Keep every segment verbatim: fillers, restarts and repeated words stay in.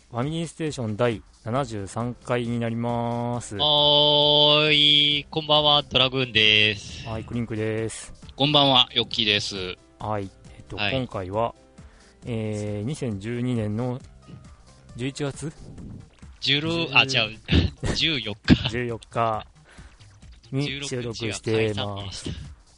ファミリーステーションだいななじゅうさんかいになります。 はーい、こんばんは、ドラグーンです。 はい、クリンクです。 こんばんは、ヨッキーです。 はい、えっと、 はい、 今回は、えー、にせんじゅうにねんのじゅういちがつじゅう、あ、違う、じゅうよっか。 じゅうよっかに収録してます。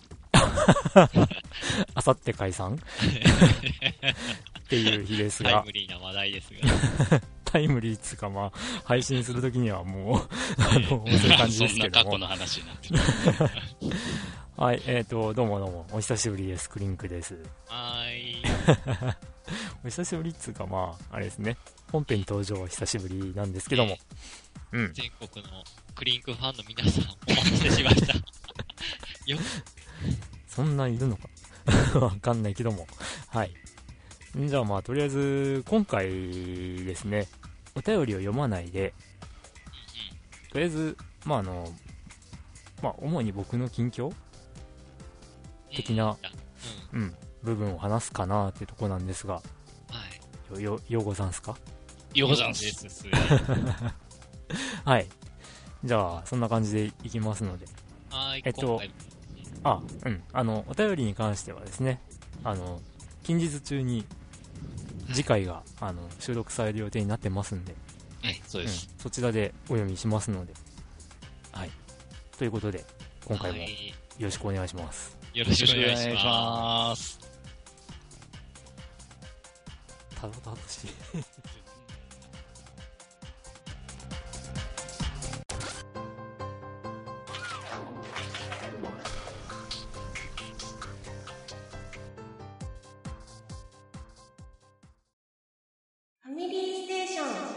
あさって解散っていう日ですが、 タイムリーな話題ですが。 タイムリーっつうか、まあ、配信するときにはもう、あの、そういう感じですけども。 そんな過去の話になってる。 はい、えっと、どうもどうも、お久しぶりです。クリンクです。 はーい。 お久しぶりっつうか、まあ、あれですね。本編登場は久しぶりなんですけども。 えー、 うん。 全国のクリンクファンの皆さん、お待たせしました。よそんないるのかわかんないけども。はい。じゃあまあ、とりあえず、今回ですね、お便りを読まないで、とりあえず、まああの、まあ、主に僕の近況的な、うん、うん、部分を話すかなっていうところなんですが、はい。よ、よ、ようござんすか？ ようござんす。 はい。じゃあ、そんな感じでいきますので。 はい、 えっと、あ、うん、あの、お便りに関してはですね、あの、近日中に、次回が、あの、収録される予定になってますんで、 はい、そうです、 うん。そちらでお読みしますので、はい。ということで、今回もよろしくお願いします。 よろしくお願いします。 たどたどしい。 ファミリーステーション。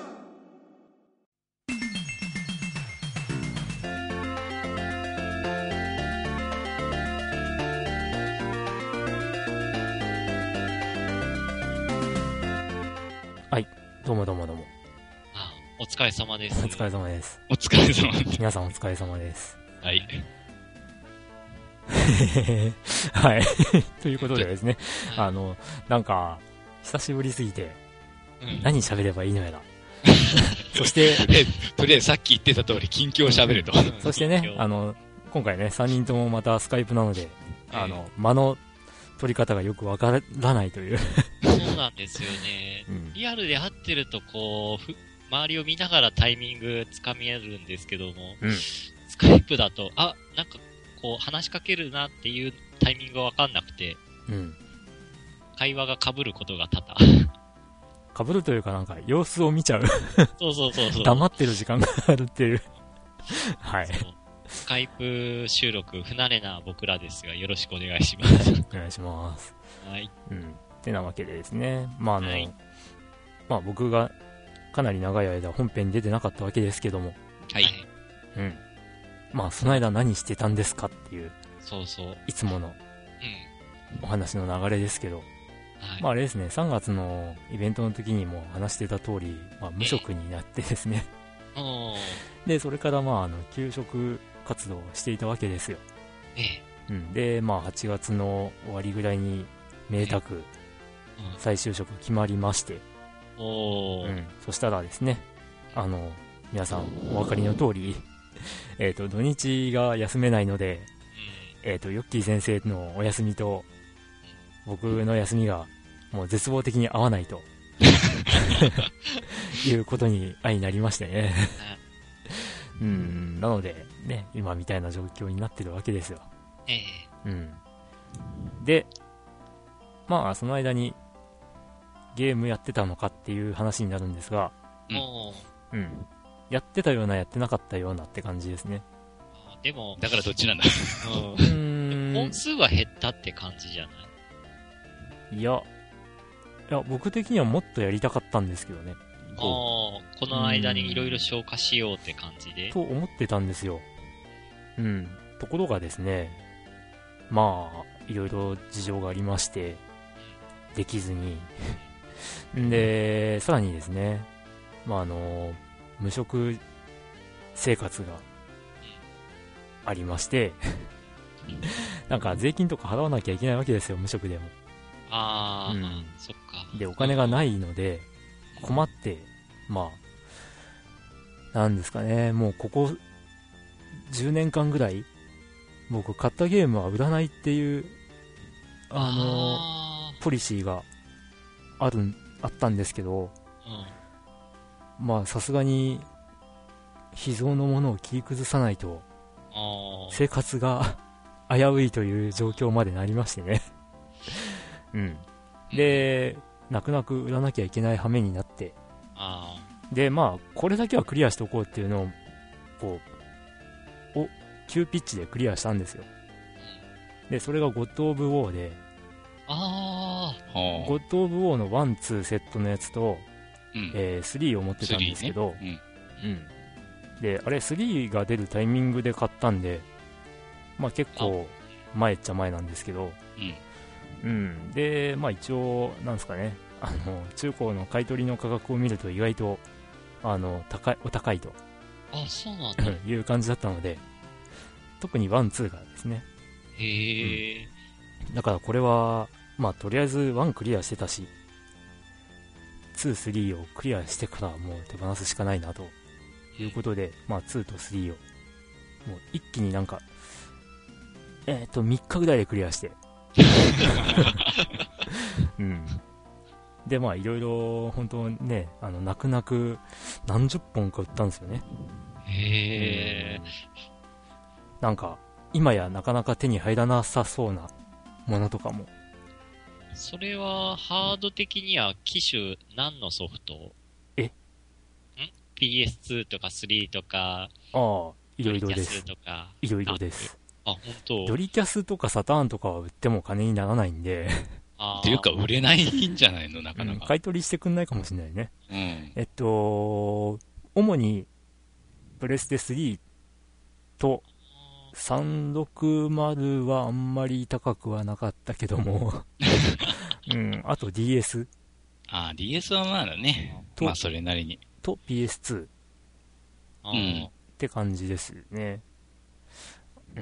はい、どうもどうもどうも。 あ、お疲れ様です。 お疲れ様です。 お疲れ様です。 皆さんお疲れ様です。 はい。 はい。ということでですね、あの、なんか、久しぶりすぎて、うん、何喋ればいいのやら。そして、 とりあえずさっき言ってた通り、近況喋ると。 そしてね、あの、今回ね、さんにんともまたスカイプなので、あの、間の取り方がよくわからないという。 そうなんですよね。うん、リアルで会ってると、こう、周りを見ながらタイミングつかみ合るんですけども、うん、スカイプだと、あ、なんか、こう、話しかけるなっていうタイミングがわかんなくて、うん、会話が被ることが多々。 被るというかなんか、様子を見ちゃう。 そうそうそうそう。 黙ってる時間があるっていう。はい。 スカイプ収録、不慣れな僕らですが、よろしくお願いします。 お願いします。 はい。 うん。てなわけでですね、まああの、はい、まあ僕がかなり長い間本編に出てなかったわけですけども。 はい。 うん。まあその間何してたんですかっていう。 そうそう。 いつもの、お話の流れですけど。はい、まああれですね、さんがつのイベントの時にも話してた通り、まあ無職になってですね。 えー、 で、それからまああの、休職活動をしていたわけですよ。 ええうん。で、まあはちがつの終わりぐらいに、明確、再就職決まりまして。 おー。 うん。そしたらですね、あの、皆さんお分かりの通り、えっと、土日が休めないので、うん、えっと、ヨッキー先生のお休みと、僕の休みが、もう絶望的に合わないと、いうことに相なりましてね。うん、なので、ね、今みたいな状況になってるわけですよ。 ええうん。で、まあ、その間に、ゲームやってたのかっていう話になるんですが、うん。うん。やってたような、やってなかったようなって感じですね。 あでも、 だからどっちなんだ。 うん。 本数は減ったって感じじゃない？ いや、いや、僕的にはもっとやりたかったんですけどね。 ああ、この間にいろいろ消化しようって感じで。 と思ってたんですよ。うん。ところがですね、まあ、いろいろ事情がありまして、できずに。で、さらにですね、まあ、あの、無職生活がありまして、なんか税金とか払わなきゃいけないわけですよ、無職でも。 ああ、 うん、 そっか。 で、お金がないので、困って、 まあ、なんですかね、もうここじゅうねんかんぐらい、僕、買ったゲームは売らないっていう、あの、 あポリシーがある、あったんですけど、 ー、うん。 まあ、さすがに、秘蔵のものを切り崩さないと、 あー生活が危ういという状況までなりましてね。うん。で、泣く泣く売らなきゃいけない羽目になって、 あで、まあ、これだけはクリアしておこうっていうのを、こう、お、急ピッチでクリアしたんですよ。で、それがゴッド・オブ・ウォーで、 あはゴッド・オブ・ウォーのワン、ツーセットのやつと、 うん。 えー、スリーを持ってたんですけど、 スリーねうん。で、あれ、スリーが出るタイミングで買ったんで、まあ結構前っちゃ前なんですけど、 うん。 うん。で、まあ一応、なんですかね、あの、中古の買い取りの価格を見ると意外と、あの、高い、お高いとあ。あ、そうなんだ。 いう感じだったので、特にワン、ツーがですね。 へえ。 だからこれは、まあとりあえずワンクリアしてたし、ツー、スリーをクリアしてからもう手放すしかないなということで、まあツーとスリーを、もう一気になんか、えっと、みっかぐらいでクリアして。うん。で、まあいろいろ、本当ね、あの、泣く泣く何十本か売ったんですよね。 へえ。 なんか、今やなかなか手に入らなさそうなものとかも。 それは、ハード的には機種何のソフト？ え？ ん ピーエスツー とかスリーとか、 ああ、いろいろキャスです。 とか。 いろいろです。 あ、本当。 ドリキャスとかサターンとかは売っても金にならないんで、 あーっていうか、売れないんじゃないのなかなうんか。 買い取りしてくんないかもしれないね。 うん。 えっと、主にプレステスリーとさんろくまるはあんまり高くはなかったけども、うん、あと ディーエスああ、ディーエス はまだね。 とまあ、それなりに。 と ピーエスツーあーうんって感じですね。うん。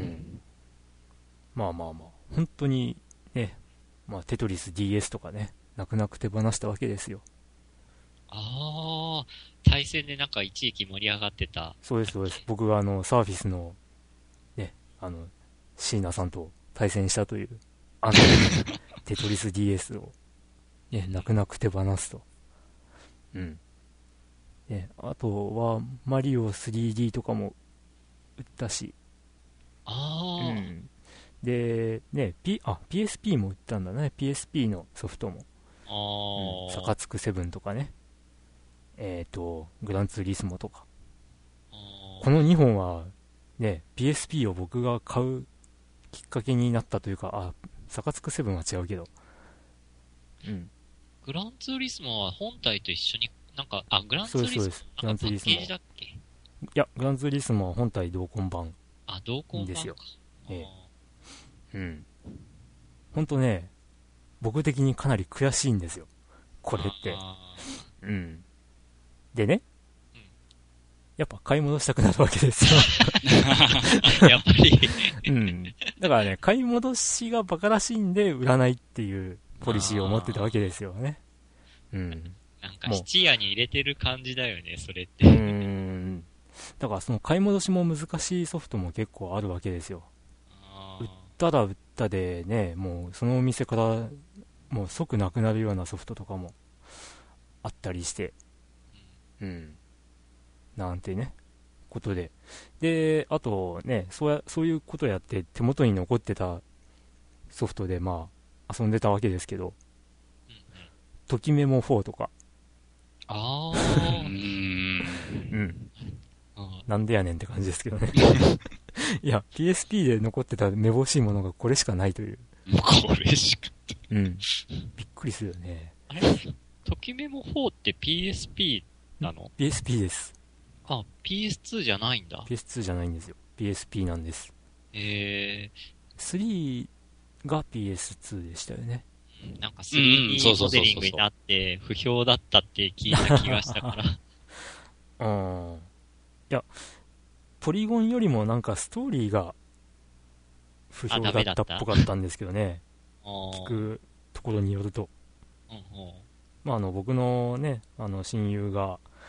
まあまあまあ、本当にね、まあテトリス ディーエス とかね、泣く泣く手放したわけですよ。 あー、対戦でなんか一時期盛り上がってた。 そうです、そうです。僕があの、サーフィスの、ね、あの、椎名さんと対戦したという、あの、テトリス ディーエス を、ね、泣く泣く手放すと。うん。ね、あとは、マリオ スリーディー とかも売ったし、 あー、 うん。で、ね、P、あ、ピーエスピー も売ったんだね。ピーエスピー のソフトも。 あうん、 ー、 サカツクセブンとかね。えっ、と、グランツーリスモとか。 あーこのにほんは、ね、ピーエスピー を僕が買うきっかけになったというか、あ、サカツクセブンは違うけど。うん。 グランツーリスモは本体と一緒に、なんか、あ、グランツーリスモそうですそうですグランツーリスモなんかパッケージだっけ？ いや、グランツーリスモは本体同梱版。 あ、同梱版か。 ですよあーえうん。ほんとね、僕的にかなり悔しいんですよ。これって。 あうん。でね、 うんやっぱ買い戻したくなるわけですよ。 ーやっぱり、 うん。だからね、買い戻しがバカらしいんで売らないっていうポリシーを持ってたわけですよね。うん。 なんかもう質屋に入れてる感じだよね、それっうて。 ーん。だからその買い戻しも難しいソフトも結構あるわけですよ。 あー売ったら売ったでね、もうそのお店からもう即なくなるようなソフトとかもあったりして、うん。なんてね、ことで。で、あとね、そうや、そういうことやって手元に残ってたソフトでまあ遊んでたわけですけど、 うんうんときメモフォーとか、 あうーーん。 うん。 あなんでやねんって感じですけどね。いや、ピーエスピー で残ってためぼしいものがこれしかないという。 もうこれしか。 うん。びっくりするよね。 あれときメモフォーって ピーエスピー なの？ ピーエスピー です。 あ、ピーエスツー じゃないんだ。 ピーエスツー じゃないんですよ。ピーエスピー なんです。 えスリーが ピーエスツー でしたよね。 ー、なんか スうんうんリーディー モそうそうそうそうデリングになって不評だったって聞いた気がしたから。 うん。いや、ポリゴンよりもなんかストーリーが不評だったっぽかったんですけどね。 あー聞くところによると。 うんうんまあ、あの僕のね、あの親友が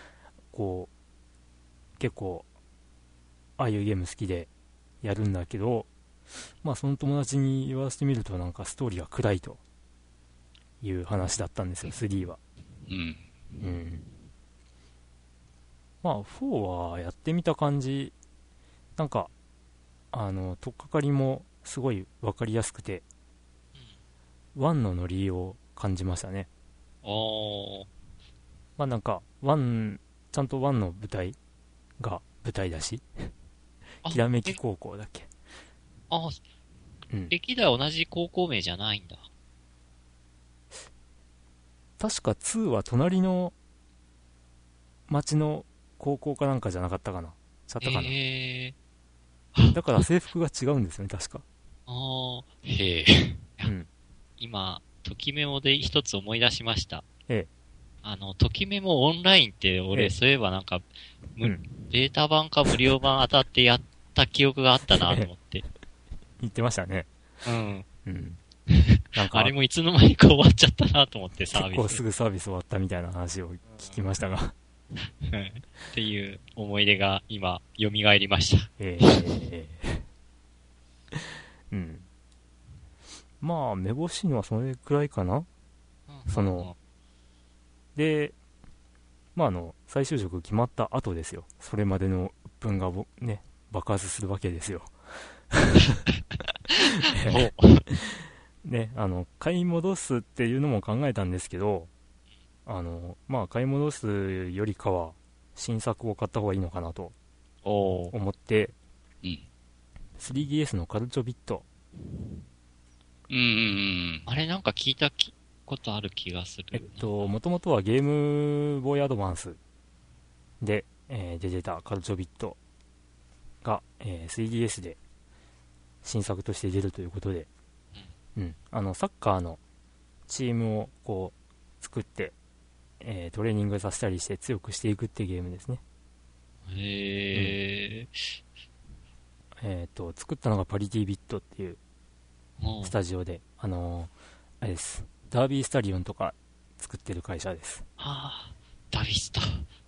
こう結構ああいうゲーム好きでやるんだけど、まあその友達に言わせてみるとなんかストーリーが暗いという話だったんですよ、スリーは。 うん。 うん。まあフォーはやってみた感じ、なんかあの取っかかりもすごい分かりやすくて、ワンのノリを感じましたね。 おー。 まあなんかワン、ちゃんとワンの舞台が舞台だし、きらめき高校だっけ。 あ、 うん、 歴代同じ高校名じゃないんだ。 確かツーは隣の町の高校かなんかじゃなかったかな、ちゃったかな、 へだから制服が違うんですよね確か。 ー。あへえ。 うん、 今、ときメモで一つ思い出しました。 ええ。 あの、ときメモオンラインって俺、 ええ、 そういえばなんか、む、 うん、 ベータ版か無料版当たってやった記憶があったなと思って。 言ってましたね。 うん。 うん。なんかあれもいつの間にか終わっちゃったなと思ってサービス。 結構すぐサービス終わったみたいな話を聞きましたが。 っていう思い出が今、蘇りました。 ええー。うん。まあ、めぼしいのはそれくらいかな。その、で、まあ、あの、再就職決まった後ですよ。それまでの鬱憤がぼね、爆発するわけですよ。ね、あの、買い戻すっていうのも考えたんですけど、あの、まあ、買い戻すよりかは、新作を買った方がいいのかなと思って、 うん、 スリーディーエス のカルチョビット。 うんうんうん。 あれなんか聞いたきことある気がする。 えっと、もともとはゲームボーイアドバンスで、えー、出てたカルチョビットが、えー、スリーディーエス で新作として出るということで、うん、あのサッカーのチームをこう作って、えー、トレーニングさせたりして強くしていくっていうゲームですね。 へー。 うん、えーと、作ったのがパリティビットっていうスタジオで、あのー、あれです、ダービースタリオンとか作ってる会社です。 はあ、ダビスタ。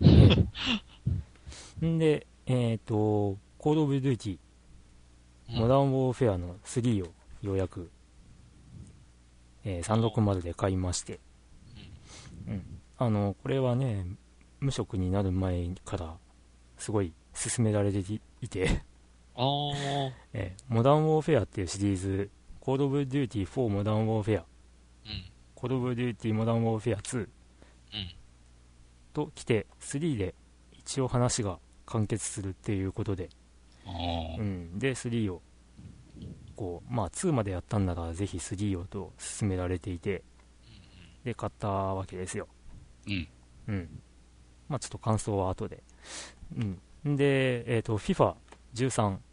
んで、えっ、ー、と、コードオブデューティー、モダンウォーフェアのスリーをようやく、えー、さんびゃくろくじゅうで買いまして、うん、あの、これはね、無職になる前からすごい勧められていてあー、 えー、モダンウォーフェアっていうシリーズ、コードオブデューティーフォーモダンウォーフェア、 うん、 コードオブデューティーモダンウォーフェアツー、 うん、 と来てスリーで一応話が完結するっていうことで、うん、でスリーをこう、まあ、ツーまでやったんならぜひスリーをと勧められていて、で買ったわけですよ。 うん、 うん、まあちょっと感想は後で。うん、で、えーと フィファじゅうさん、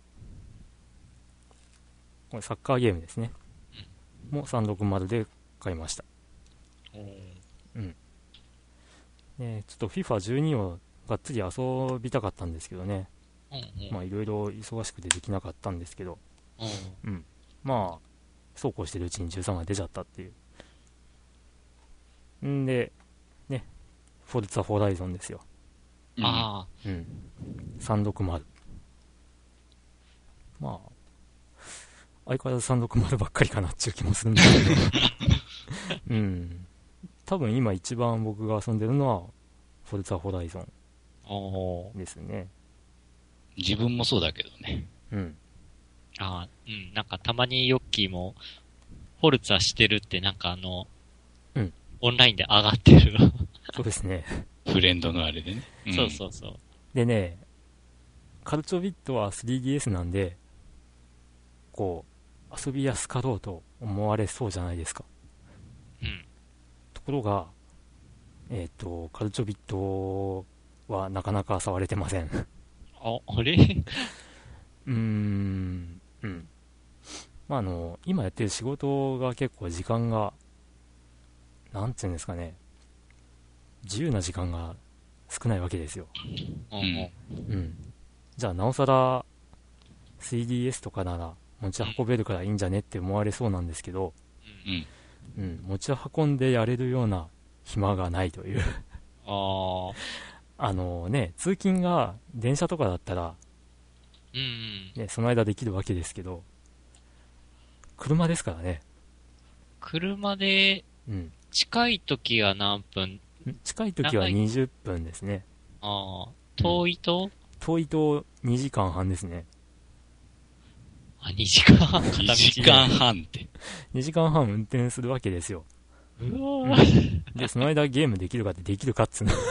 これサッカーゲームですね、もさんびゃくろくじゅうで買いました。うん、でちょっと フィファじゅうに をがっつり遊びたかったんですけどね、まあいろいろ忙しくてできなかったんですけど、うん、まあそうこうしてるうちにじゅうさんが出ちゃったっていう。んでね、フォルツァホライゾンですよ。 ああ、 うん、さんびゃくろくじゅう、まあ相変わらずさんびゃくろくじゅうばっかりかなっていう気もするんだけどうん、多分今一番僕が遊んでるのはフォルツァホライゾンですね。 自分もそうだけどね。 うん。 ああ、うん、なんかたまにヨッキーもフォルツァしてるってなんかあの、 うん、 オンラインで上がってるの。 そうですね。 フレンドのあれでね。 うん、そうそうそう。 でね、カルチョビットは スリーディーエス なんで、こう遊びやすかろうと思われそうじゃないですか。 うん。 ところが、えっ、ー、とカルチョビットはなかなか触れてません。 あ、あれうーん、うん。まああの今やってる仕事が結構時間がなんていうんですかね、自由な時間が少ないわけですよ。 うん、 うん。じゃあなおさら スリーディーエス とかなら持ち運べるからいいんじゃねって思われそうなんですけど、 うん、 うん、持ち運んでやれるような暇がないというああのね、通勤が電車とかだったら、 うんうん。 ね、その間できるわけですけど、車ですからね。 車で、 うん。 近い時は何分？ 近い時はにじゅっぷんですね。 ああ、遠いと、うん、 遠いとにじかんはんですね。 あ、にじかんはん片道。 にじかんはんって。 にじかんはん運転するわけですよ。 うわー、 で、その間ゲームできるかってできるかっつうの。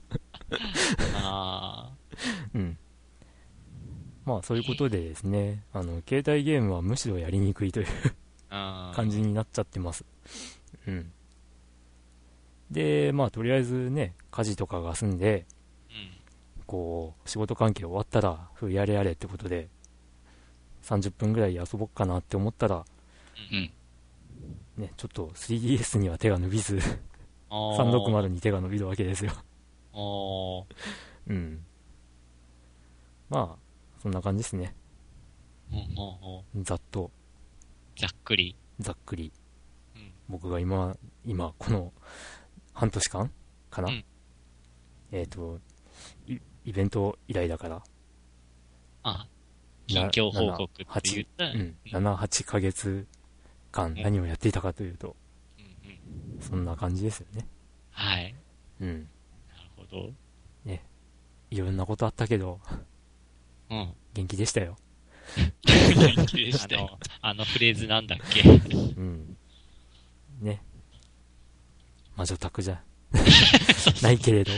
ああ。 うん。まあそういうことでですね、あの、携帯ゲームはむしろやりにくいという感じになっちゃってます。うん。で、まあとりあえずね、家事とかが済んで、 うん、 こう、仕事関係終わったら、ふうやれやれってことで、さんじゅっぷんぐらい遊ぼっかなって思ったら、 うん。 ね、ちょっと スリーディーエス には手が伸びず、さんろくまるに手が伸びるわけですよ。うん。まあ、そんな感じですね。ざっと。 ざっくり。 ざっくり。 うん、 僕が今、今、この、半年間かな、 うん、 えっ、ー、とイ、イベント以来だから。 あ、近況報告って言ったら、 うん、なな、はちかげつかん何をやっていたかというと、 うんうん、 そんな感じですよね。 はい。 うん。 なるほど。 ね。いろんなことあったけど、 うん。 元気でしたよ。 元気でしたよ。 あの、あのフレーズなんだっけ。 うん。ね。魔女宅じゃないけれど。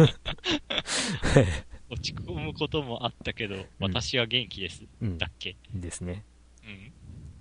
落ち込むこともあったけど、うん、私は元気です。うん、だっけ。 ですね。 うん。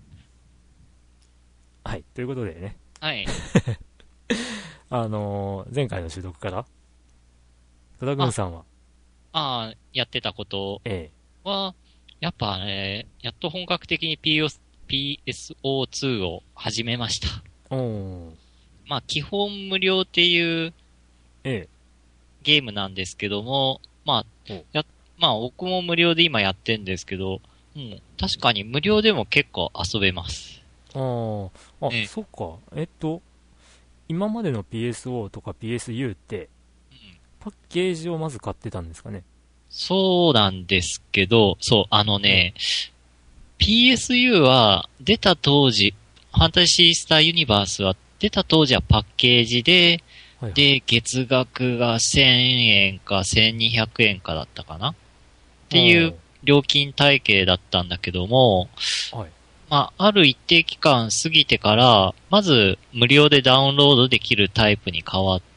はい。ということでね。 はい。 あのー、前回の収録から、戸田君さんは。 ああ、やってたことは、ええ、やっぱね、やっと本格的に ピーエスオーツー を始めました。 おー。 まあ、基本無料っていう、 ええ、 ゲームなんですけども、まあ、や、まあ、僕も無料で今やってんですけど、うん、確かに無料でも結構遊べます。 ああ、あ、ええ、そっか。えっと、今までの ピーエスオー とか ピーエスユー って、うん、パッケージをまず買ってたんですかね。 そうなんですけど、そう、あのね、うん、ピーエスユー は出た当時、ファンタジースターユニバースは出た当時はパッケージで、はいはい、で、月額がせんえんかせんにひゃくえんかだったかなっていう料金体系だったんだけども、はい、まあ、ある一定期間過ぎてから、まず無料でダウンロードできるタイプに変わって、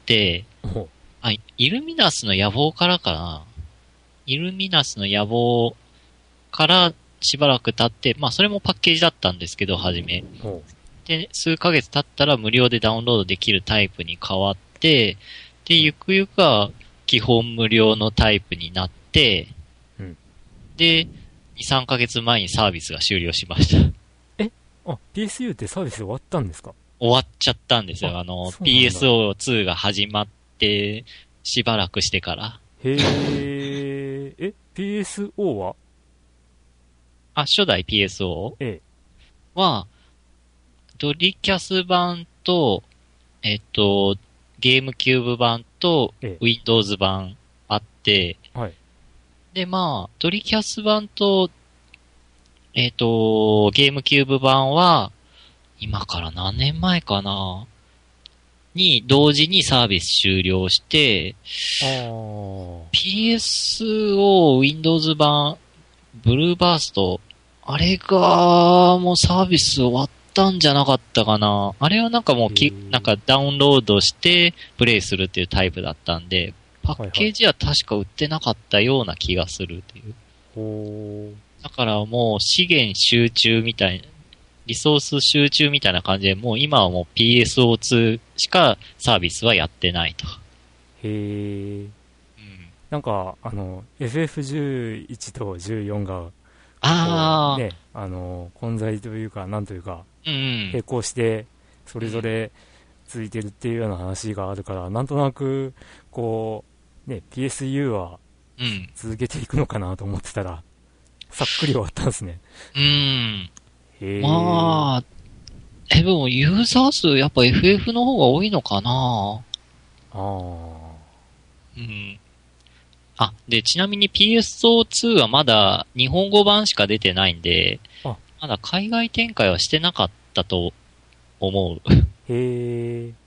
あ、イルミナスの野望からかなイルミナスの野望からしばらく経って、まあそれもパッケージだったんですけど、はじめ。で、数ヶ月経ったら無料でダウンロードできるタイプに変わって、で、ゆくゆくは基本無料のタイプになって、うん、で、に、さんかげつまえにサービスが終了しました。 えあ、ピーエスユー ってサービス終わったんですか？ 終わっちゃったんですよ。あの、ピーエスオーツー が始まって、しばらくしてから。 へー。え ピーエスオー はあ、初代 ピーエスオー? ええ。 は、ドリキャス版と、えっと、ゲームキューブ版と、Windows 版あって、はい。で、まあ、ドリキャス版と、えっと、ゲームキューブ版は、今から何年前かなに、同時にサービス終了して、あー ピーエスオー、Windows 版、ブルーバースト、あれが、もうサービス終わったんじゃなかったかな。あれはなんかもうき、なんかダウンロードしてプレイするっていうタイプだったんで、パッケージは確か売ってなかったような気がするっていう。ほー。だからもう資源集中みたいな、リソース集中みたいな感じで、もう今はもう ピーエスオーツー しかサービスはやってないと。 へー。うん、なんか、あの、エフエフじゅういち とじゅうよんが、 ああ、 ね、あの、混在というか、なんというか、 うん、 並行して、それぞれ続いてるっていうような話があるから、なんとなく、こう、ね、ピーエスユー は続けていくのかなと思ってたら、うん、さっくり終わったんですね。 うん。へまあ、え、でもユーザー数やっぱ エフエフ の方が多いのかなああ。うん。 あ、で、ちなみに ピーエスオーツー はまだ日本語版しか出てないんで、 あまだ海外展開はしてなかったと思う。 へえ。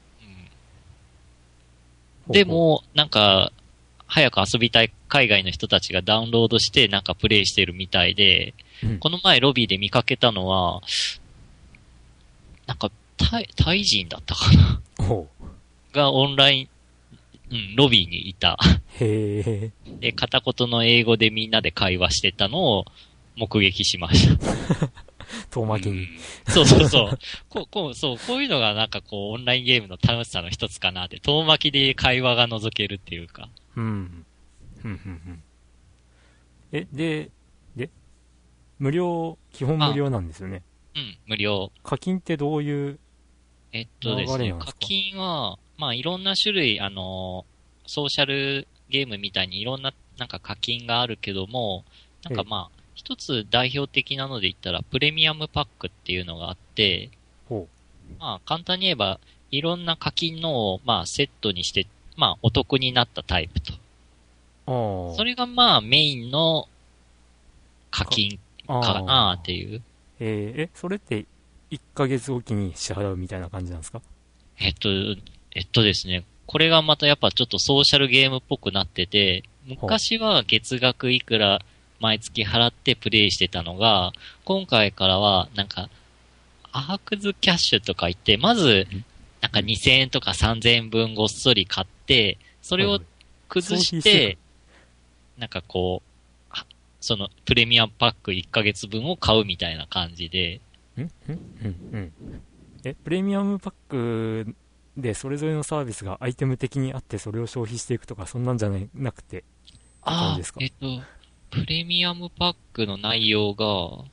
でも、なんか、早く遊びたい海外の人たちがダウンロードしてなんかプレイしてるみたいで、 うん、 この前ロビーで見かけたのは、なんかタイ、タイ人だったかなほう。 がオンライン、うん、ロビーにいた。 へえ。 で、片言の英語でみんなで会話してたのを目撃しました。 遠巻きに。 そうそうそう。こう、こう、そう、こういうのがなんかこう、オンラインゲームの楽しさの一つかなって、遠巻きで会話が覗けるっていうか。 うん。ふんふんふん。え、で、で、無料、基本無料なんですよね。 うん、無料。 課金ってどういうえっとですね、課金は、まあいろんな種類、あの、ソーシャルゲームみたいにいろんな、なんか課金があるけども、なんかまあ、一つ代表的なので言ったら、プレミアムパックっていうのがあって、 ほうまあ簡単に言えば、いろんな課金のを、まあセットにして、まあお得になったタイプと。 あそれがまあメインの課金かなっていう。 えー、え、それっていっかげつおきに支払うみたいな感じなんですか？ えっと、えっとですね、これがまたやっぱちょっとソーシャルゲームっぽくなってて、昔は月額いくら毎月払ってプレイしてたのが、今回からはなんか、アークズキャッシュとか言って、まず、なんかにせんえんとかさんぜんえんぶんごっそり買って、それを崩して、なんかこう、そのプレミアムパックいっかげつぶんを買うみたいな感じで。 んんうんうん。え、プレミアムパックでそれぞれのサービスがアイテム的にあってそれを消費していくとかそんなんじゃななくてああ、えっと、プレミアムパックの内容が、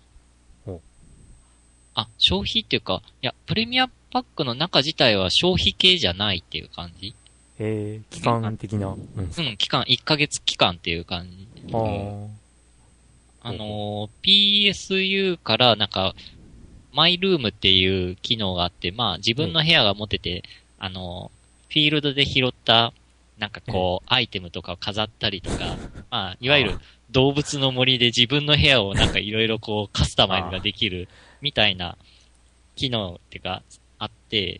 あ、消費っていうか、いや、プレミアムパックの中自体は消費系じゃないっていう感じ。 えー、期間的な、 うん、うん、期間、いっかげつ期間っていう感じ。 ああ。 あのー、ピーエスユー からなんか、マイルームっていう機能があって、まあ自分の部屋が持ってて、あのー、フィールドで拾った、なんかこう、アイテムとかを飾ったりとか、まあ、いわゆる動物の森で自分の部屋をなんかいろいろこうカスタマイズができるみたいな機能っていうかあって、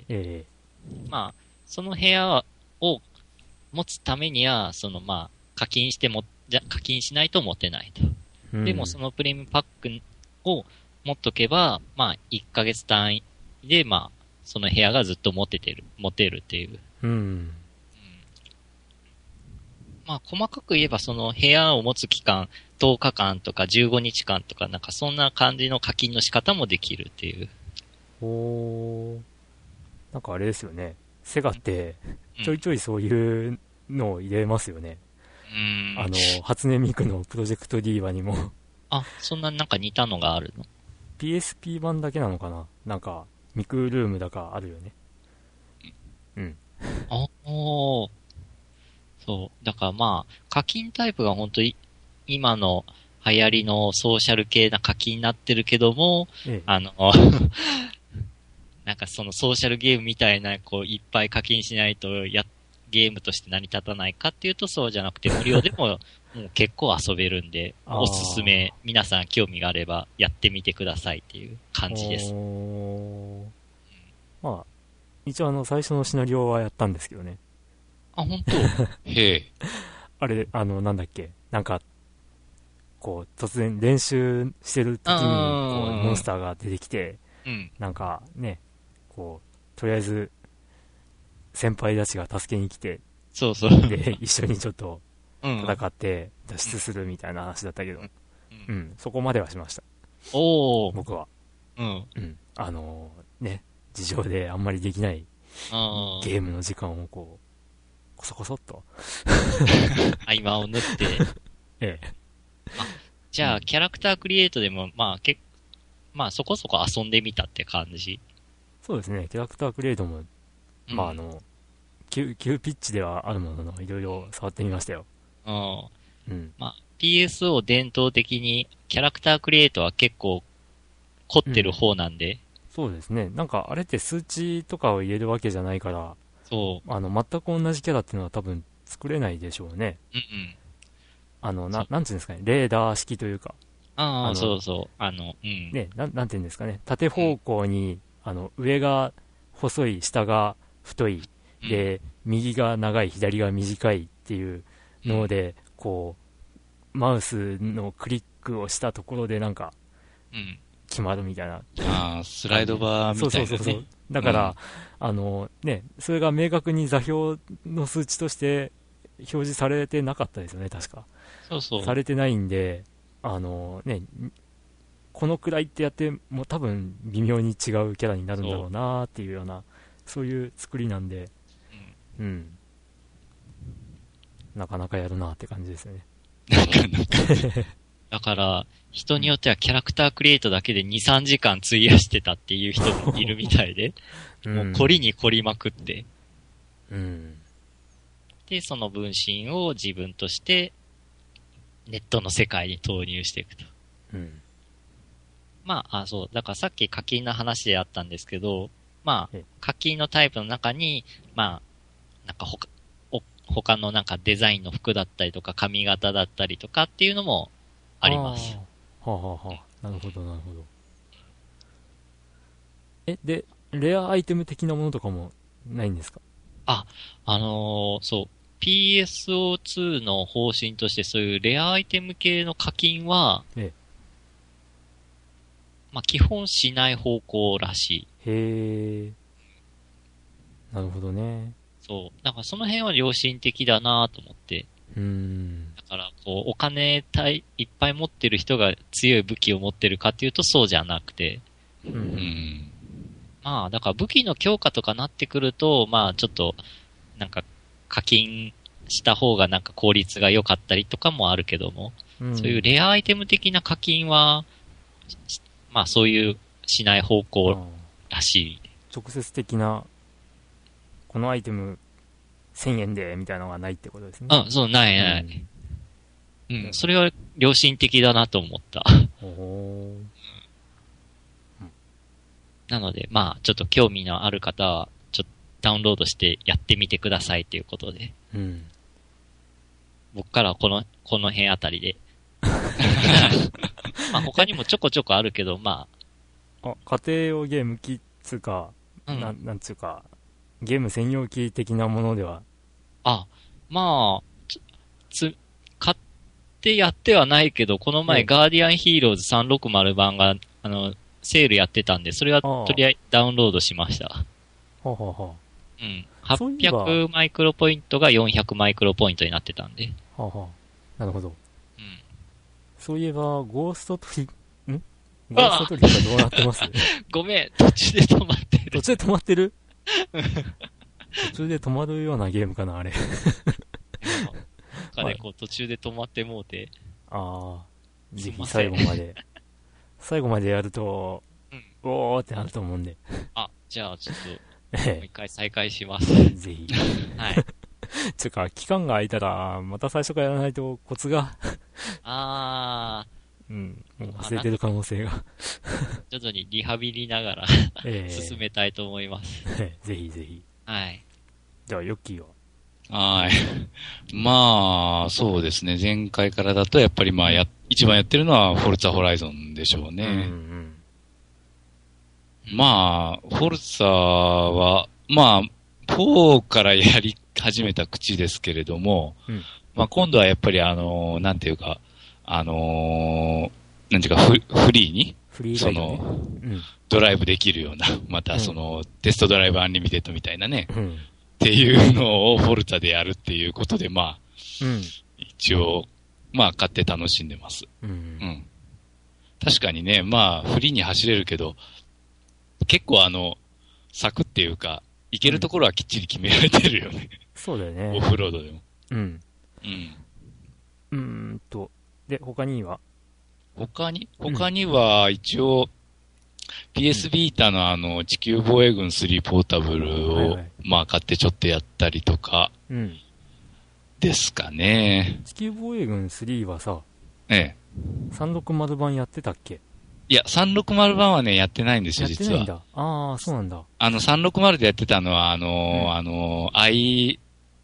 えー、まあ、その部屋を持つためには、そのまあ、課金しても、じゃ、課金しないと持てないと。うん、でもそのプレミアムパックを持っとけば、まあ、いっかげつ単位で、まあ、その部屋がずっと持ててる、持てるっていう。 うん。うん、 まあ、細かく言えばその部屋を持つ期間、とおかかんとかじゅうごにちかんとか、なんかそんな感じの課金の仕方もできるっていう。 おー。なんかあれですよね。セガって、ちょいちょいそういうのを入れますよね。 うん。 あの、初音ミクのプロジェクト ディーワ にもあ、そんななんか似たのがあるの？ ピーエスピー 版だけなのかな、なんか、ミクルームだかあるよね。うん。 あおー。そう。だからまあ、課金タイプが本当に今の流行りのソーシャル系な課金になってるけども、ええ、あの、なんかそのソーシャルゲームみたいな、こう、いっぱい課金しないとや、ゲームとして成り立たないかっていうとそうじゃなくて、無料でももう結構遊べるんで、おすすめ、皆さん興味があればやってみてくださいっていう感じです。 おー、まあ、一応あの、最初のシナリオはやったんですけどね。 あ、本当？ へえ。 あれ、あの、なんだっけ、なんか、こう、突然練習してる時に、こう、モンスターが出てきて、 うん、 なんかね、こう、とりあえず、先輩たちが助けに来て、 そうそう。 で、一緒にちょっと、戦って脱出するみたいな話だったけど、うん、うん、そこまではしました。 おー。 僕は。 うん。 うん。あのー、ね、事情であんまりできないゲームの時間をこう、こそこそっと。 合間を縫って。 ええ。 あ、じゃあ、キャラクタークリエイトでも、まあ、けまあ、そこそこ遊んでみたって感じ。 そうですね、キャラクタークリエイトも、うん、まあ、あの、急、急ピッチではあるものの、いろいろ触ってみましたよ。 うん。うん。まあ、ピーエスオー 伝統的に、キャラクタークリエイトは結構、凝ってる方なんで、うん。 そうですね。なんか、あれって数値とかを入れるわけじゃないから、 そう。 あの、全く同じキャラっていうのは多分作れないでしょうね。 うんうん。 あの、な、なんていうんですかね、レーダー式というか。 ああ、そうそう。あの、うん。 ね、なん、なんていうんですかね、縦方向に、あの、上が細い、下が太い、で、うん、右が長い、左が短いっていうので、うん、こう、マウスのクリックをしたところでなんか、うん、決まるみたいな。 ああ、スライドバーみたいな、ね。 そうそうそうそう。だから、うん、あの、ね、それが明確に座標の数値として表示されてなかったですよね、確か。 そうそう。 されてないんで、あのね、このくらいってやっても多分微妙に違うキャラになるんだろうなっていうような、そういう作りなんで、うん、うん、なかなかやるなって感じですよね。 なかなか。 だから、人によってはキャラクタークリエイトだけでに、さんじかん費やしてたっていう人もいるみたいで、うん、もう凝りに凝りまくって、うん、で、その分身を自分としてネットの世界に投入していくと。うん、まあ、あ、そう。だからさっき課金の話であったんですけど、まあ、課金のタイプの中に、まあ、なんか他、他のなんかデザインの服だったりとか髪型だったりとかっていうのもあります。 はあはあはあ。なるほど、なるほど。え、で、レアアイテム的なものとかもないんですか？ あ、あのー、そう。ピーエスオーツー の方針としてそういうレアアイテム系の課金は、ええ、まあ基本しない方向らしい。 へえ。なるほどね。 そう。なんかその辺は良心的だなと思って。うん。だから、こう、お金たいいっぱい持ってる人が強い武器を持ってるかっていうとそうじゃなくて。うん。うん、まあ、だから武器の強化とかなってくると、まあちょっと、なんか課金した方がなんか効率が良かったりとかもあるけども、うん、そういうレアアイテム的な課金は、まあそういうしない方向らしい。 直接的な、このアイテムせんえんでみたいなのがないってことですね。 あ、そう、ないない。うん、うん、それは良心的だなと思った。おー、なので、まあちょっと興味のある方は、ちょっとダウンロードしてやってみてくださいということで。うん。僕からはこの、この辺あたりで。まあ他にもちょこちょこあるけど、まあ。あ、家庭用ゲーム機っつうか、うん、な、なんつうか、ゲーム専用機的なものでは。 あ、まあ、つ、買ってやってはないけど、この前、ガーディアンヒーローズさんびゃくろくじゅう版が、あの、セールやってたんで、それはとりあえずダウンロードしました。はあはあはあ、 うん。はっぴゃくマイクロポイントがよんひゃくマイクロポイントになってたんで。 はあはあ、なるほど。うん。そういえば、ゴーストトリ、んゴーストトリックはどうなってます？ ごめん、途中で止まってる。 途中で止まってる途中で止まるようなゲームかな、あれ。 なんかね、こう途中で止まってもうて。ああ、ぜひ最後まで。最後までやると、うん、おーってなると思うんで。 あ、じゃあちょっと、もう一回再開します。 ぜひ。 はい。 つうか、期間が空いたら、また最初からやらないとコツが。 あー。うん、もう忘れてる可能性が。 徐々にリハビリながら進めたいと思います。 ぜひぜひ。 はい。 じゃあ、ヨッキーははい。まあ、そうですね。前回からだと、やっぱりまあや、一番やってるのは、フォルツァホライゾンでしょうね。うんうん、まあ、フォルツァは、まあ、フォーからやり始めた口ですけれども、うん、まあ今度はやっぱりあのー、なんていうか、あのー、なんていうかフ、フリーに、 フリーライドね、 その、うん、ドライブできるような、またその、うん、テストドライブアンリミテッドみたいなね、うん、っていうのをフォルツァでやるっていうことで、まあ、うん、一応、まあ買って楽しんでます、うんうん。確かにね、まあフリーに走れるけど、結構あの、柵っていうか、行けるところはきっちり決められてるよね。 そうだよね。 オフロードでも。 うん。うん。うーんと、で、他には他に他には一応、ピーエス ビータのあの、地球防衛軍スリーポータブルを、はいはい、まあ買ってちょっとやったりとか、うん。ですかね。 地球防衛軍スリーはさ、 ええ。 さんびゃくろくじゅう版やってたっけ？ いや、さんびゃくろくじゅう版はね、やってないんですよ、実は。 やってないんだ。ああ、そうなんだ。 あの、さんびゃくろくじゅうでやってたのは、あのー、うん、あのー、I、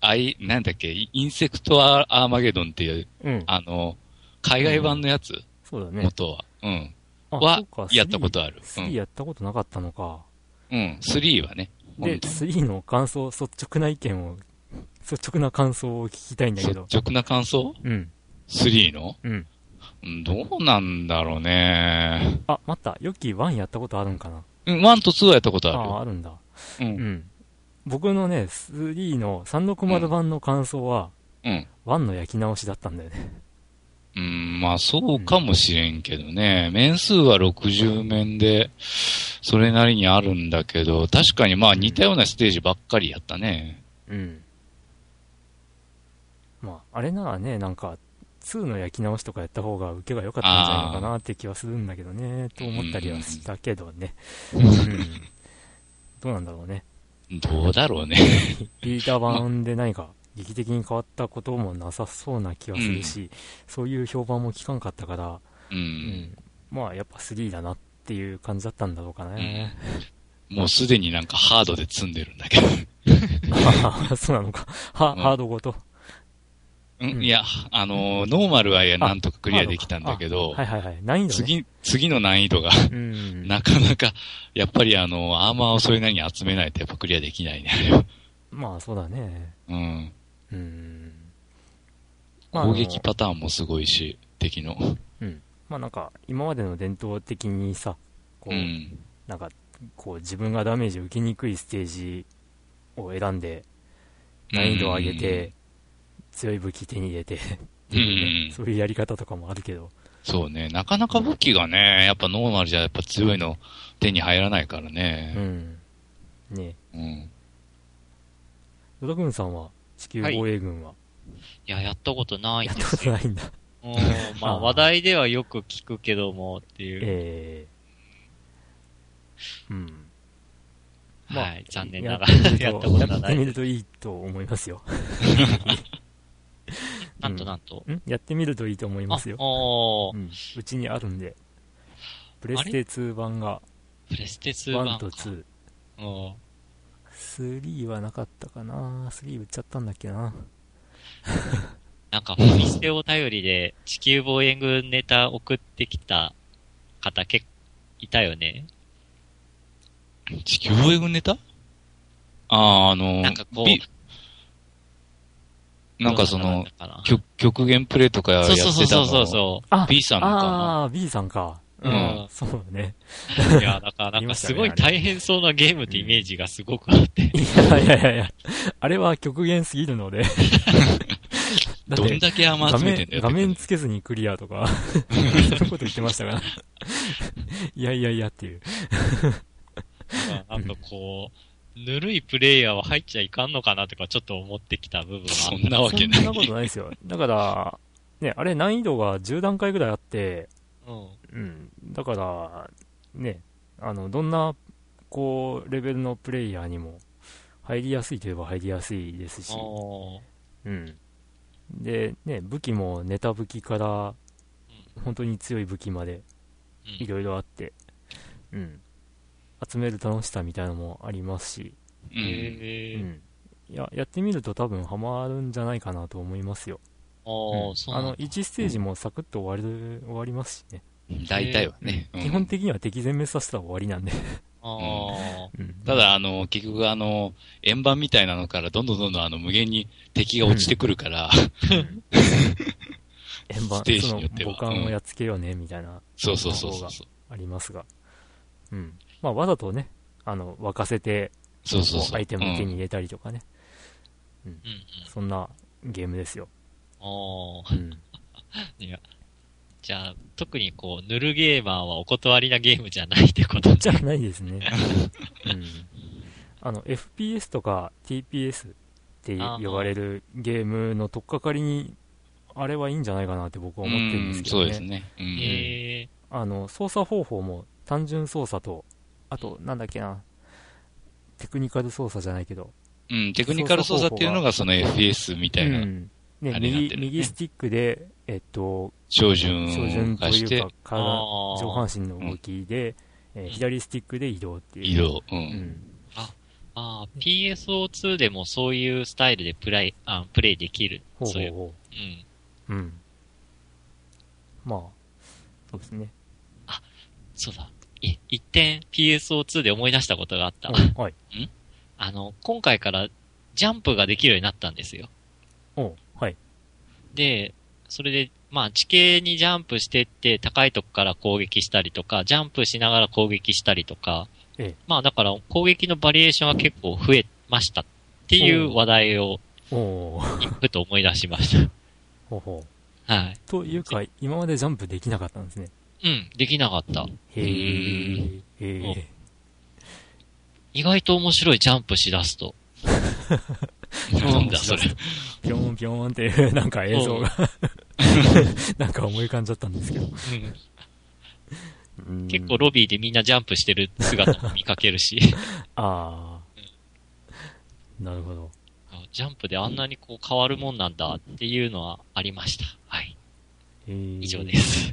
アイ、なんだっけ、インセクトアーマゲドンっていう、 うん。 あの、海外版のやつ、うん、 そうだね。 元は。うん。 あ、 は、やったことある。 スリーやったことなかったのか。 うん、スリーはね。 で、スリーの感想、率直な意見を、率直な感想を聞きたいんだけど。 率直な感想？うん。スリーの？うん。どうなんだろうね。 あ、待った。ヨッキーワンやったことあるんかな？ うん、ワンとツーはやったことある。 ああ、あるんだ。 うん。 うん。僕のね、スリーのさんろくまる版の感想は、うん。ワンの焼き直しだったんだよね。 うん、まあそうかもしれんけどね。うん、面数はろくじゅう面で、それなりにあるんだけど、確かにまあ似たようなステージばっかりやったね。うん。 まあ、あれならね、なんか、ツーの焼き直しとかやった方が受けが良かったんじゃないのかなって気はするんだけどね、と思ったりはしたけどね。うん。どうなんだろうね。 どうだろうね。 ビータ版で何か劇的に変わったこともなさそうな気はするし、うん、そういう評判も聞かんかったから、うんうん、まあやっぱスリーだなっていう感じだったんだろうかね。 うん、もうすでになんかハードで積んでるんだけど。 あ、そうなのか。は、うん、ハードごと。 うん、いや、あのー、ノーマルはなんとかクリアできたんだけど、 はいはいはい。難易度、ね、 次、次の難易度がうん、なかなか、やっぱりあの、アーマーをそれなりに集めないとやっぱクリアできないね。 まあそうだね。うん。うん。 まあ、攻撃パターンもすごいし、敵の。 うん。まあなんか、今までの伝統的にさ、こう、うん、なんか、こう自分がダメージを受けにくいステージを選んで、難易度を上げて、強い武器手に入れてっていうね、うん、そういうやり方とかもあるけど。 そうね、なかなか武器がね、やっぱノーマルじゃやっぱ強いの手に入らないからね。うん。 ねえ。うん。野田軍さんは、地球防衛軍は、はい、 いや、やったことないんですよ。やったことないんだ。 うん、まあ話題ではよく聞くけどもっていう。ええー。うん。 まあ、はい、残念ながらやったことない。やってみるといいと思いますよ。 なんとなんと、 うん、んやってみるといいと思いますよ。あ、うん、うちにあるんで。プレステツー版が、 プレステツー版ワンとツー。スリーはなかったかな。スリー売っちゃったんだっけな。 なんか、フリステを頼りで地球防衛軍ネタ送ってきた方結構いたよね。 地球防衛軍ネタ？ああ、あのー、 なんかこう、 なんかその、極、極限プレイとかやってたの。そうそうそうそう。B さんのかな。 ああ、B さんか。うん。そうね。 いや、だからなんかすごい大変そうなゲームってイメージがすごくあって。いやいやいやいや、あれは極限すぎるので。 どんだけ甘集めてんだよ。 画面つけずにクリアとか、そういうこと言ってましたから。いやいやいやっていう。 なんかこう、ぬるいプレイヤーは入っちゃいかんのかなとかちょっと思ってきた部分がそんなわけない。 そんなことないですよ。だから、ね、あれ難易度がじゅう段階ぐらいあって、うん。うん。だから、ね、あの、どんな、こう、レベルのプレイヤーにも入りやすいといえば入りやすいですし、うん。で、ね、武器もネタ武器から、本当に強い武器まで、いろいろあって、うん。集める楽しさみたいなのもありますし、うん。うん、いや、やってみると多分ハマるんじゃないかなと思いますよ。あ、うん、そうあの、いちステージもサクッと終わる、終わりますしね。 大体はね、 うん。基本的には敵全滅させたら終わりなんで。 あうん、ただ、あの、結局あの、円盤みたいなのからどんどんどんどんあの無限に敵が落ちてくるから、うん、 円盤、ステージによっては。その母艦をやっつけようね、みたいな。 そうそうそうそう。 ありますが。うん。まあ、わざとね、あの、沸かせて、 そうそうそう。 アイテムを手に入れたりとかね。うん。うんうん、そんなゲームですよ。ああ。うん。 いや。じゃあ、特にこう、塗るゲーマーはお断りなゲームじゃないってことじゃないですね。うん。あの、エフピーエス とか ティーピーエス って呼ばれるゲームの取っかかりに、あれはいいんじゃないかなって僕は思ってるんですけどね。 そうですね。 うん、えー、あの、操作方法も単純操作と、あと、なんだっけな、テクニカル操作じゃないけど。 うん、テクニカル操作っていうのがその エフピーエス みたいな。うんね、右、右スティックで、えっと、 照準照準というか、体、上半身の動きで、うん、えー、左スティックで移動っていう。 移動、うん。うん、 あ、 ああ、ピーエスオーツー でもそういうスタイルでプレイ、あプレイできる。 ほうほうそういう。 ほうん。 う。うん。まあ、そうですね。 そうだ。い、一点 ピーエスオーツー で思い出したことがあった。 うんはい。 あの、今回からジャンプができるようになったんですよ。 おうはい。 で、それで、まあ地形にジャンプしてって高いとこから攻撃したりとか、ジャンプしながら攻撃したりとか、 ええ。 まあだから攻撃のバリエーションは結構増えましたっていう話題をおー。 ふと思い出しましほうほう。 た。はい。 というか、今までジャンプできなかったんですね。 うん、できなかった。 へー。へうんー。 意外と面白いジャンプしだすと。 なんだそれ。 ぴょんぴょんっていうなんか映像がなんか思い浮かんじゃったんですけど。うん結構ロビーでみんなジャンプしてる姿も見かけるし。 ああ。なるほど。 ジャンプであんなにこう変わるもんなんだっていうのはありました。はい。 へー以上で。す。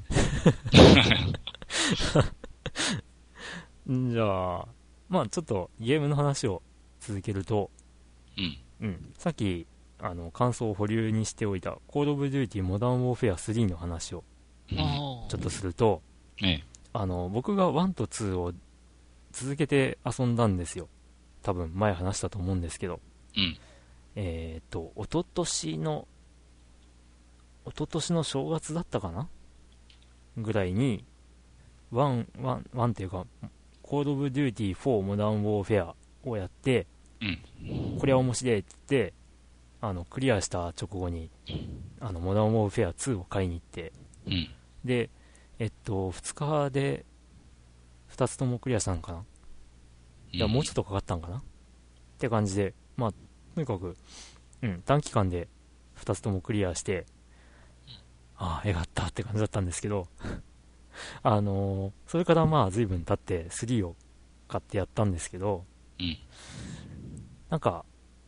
んじゃあ、まあちょっとゲームの話を続けると、 うん。 うん、さっきあの感想を保留にしておいたコールオブデューティモダンウォーフェアスリーの話をうんちょっとすると、 ええ。 あの僕がワンとツーを続けて遊んだんですよ。多分前話したと思うんですけど、 うん。 えっ、と一昨年の一昨年の正月だったかなぐらいにワン、ワン、ワンっていうかコールオブデューティフォーモダンウォーフェアをやって、 うん。 これは面白いって言ってあのクリアした直後にあのモダンウォーフェアツーを買いに行って、 うん。 でえっとふつかでふたつともクリアしたんかな、いやもうちょっとかかったんかなって感じで、まあとにかく、うん、短期間でふたつともクリアして、ああよかったって感じだったんですけどあのー、それからまあ随分経ってスリーを買ってやったんですけど、 うん。 なんか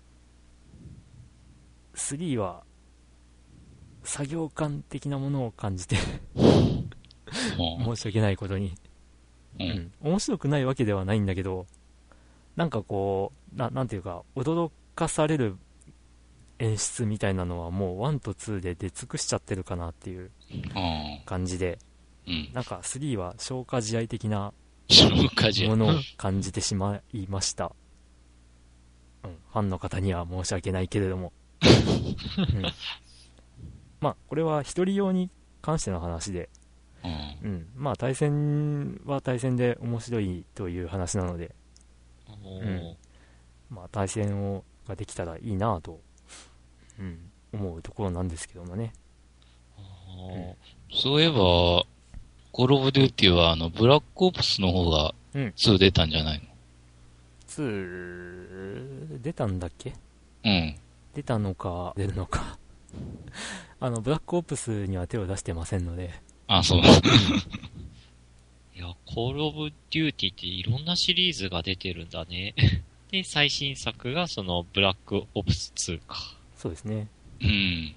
スリーは作業感的なものを感じても申し訳ないことに、 う、う。 うんん、面白くないわけではないんだけど、なんかこう な, なんていうか驚かされる演出みたいなのはもうワンとツーで出尽くしちゃってるかなっていうああ。 感じで、 うん。 なんかスリーは消化試合的な消化試合。 ものを感じてしまいました、うん、ファンの方には申し訳ないけれども、うん、まあこれは一人用に関しての話で、 うん。 うん、まあ対戦は対戦で面白いという話なので、 おーうんまあ、対戦をができたらいいなと、うん、思うところなんですけどもね。 あーそういえば、コールオブデューティーは、あの、ブラックオプスの方がうんツー出たんじゃないの？ ツー出たんだっけ？ うん。 出たのか出るのかあのブラックオプスには手を出してませんので、 あ、そう。 いや、コールオブデューティーっていろんなシリーズが出てるんだね。で、最新作がそのブラックオプスツーか。 そうですね。 うん。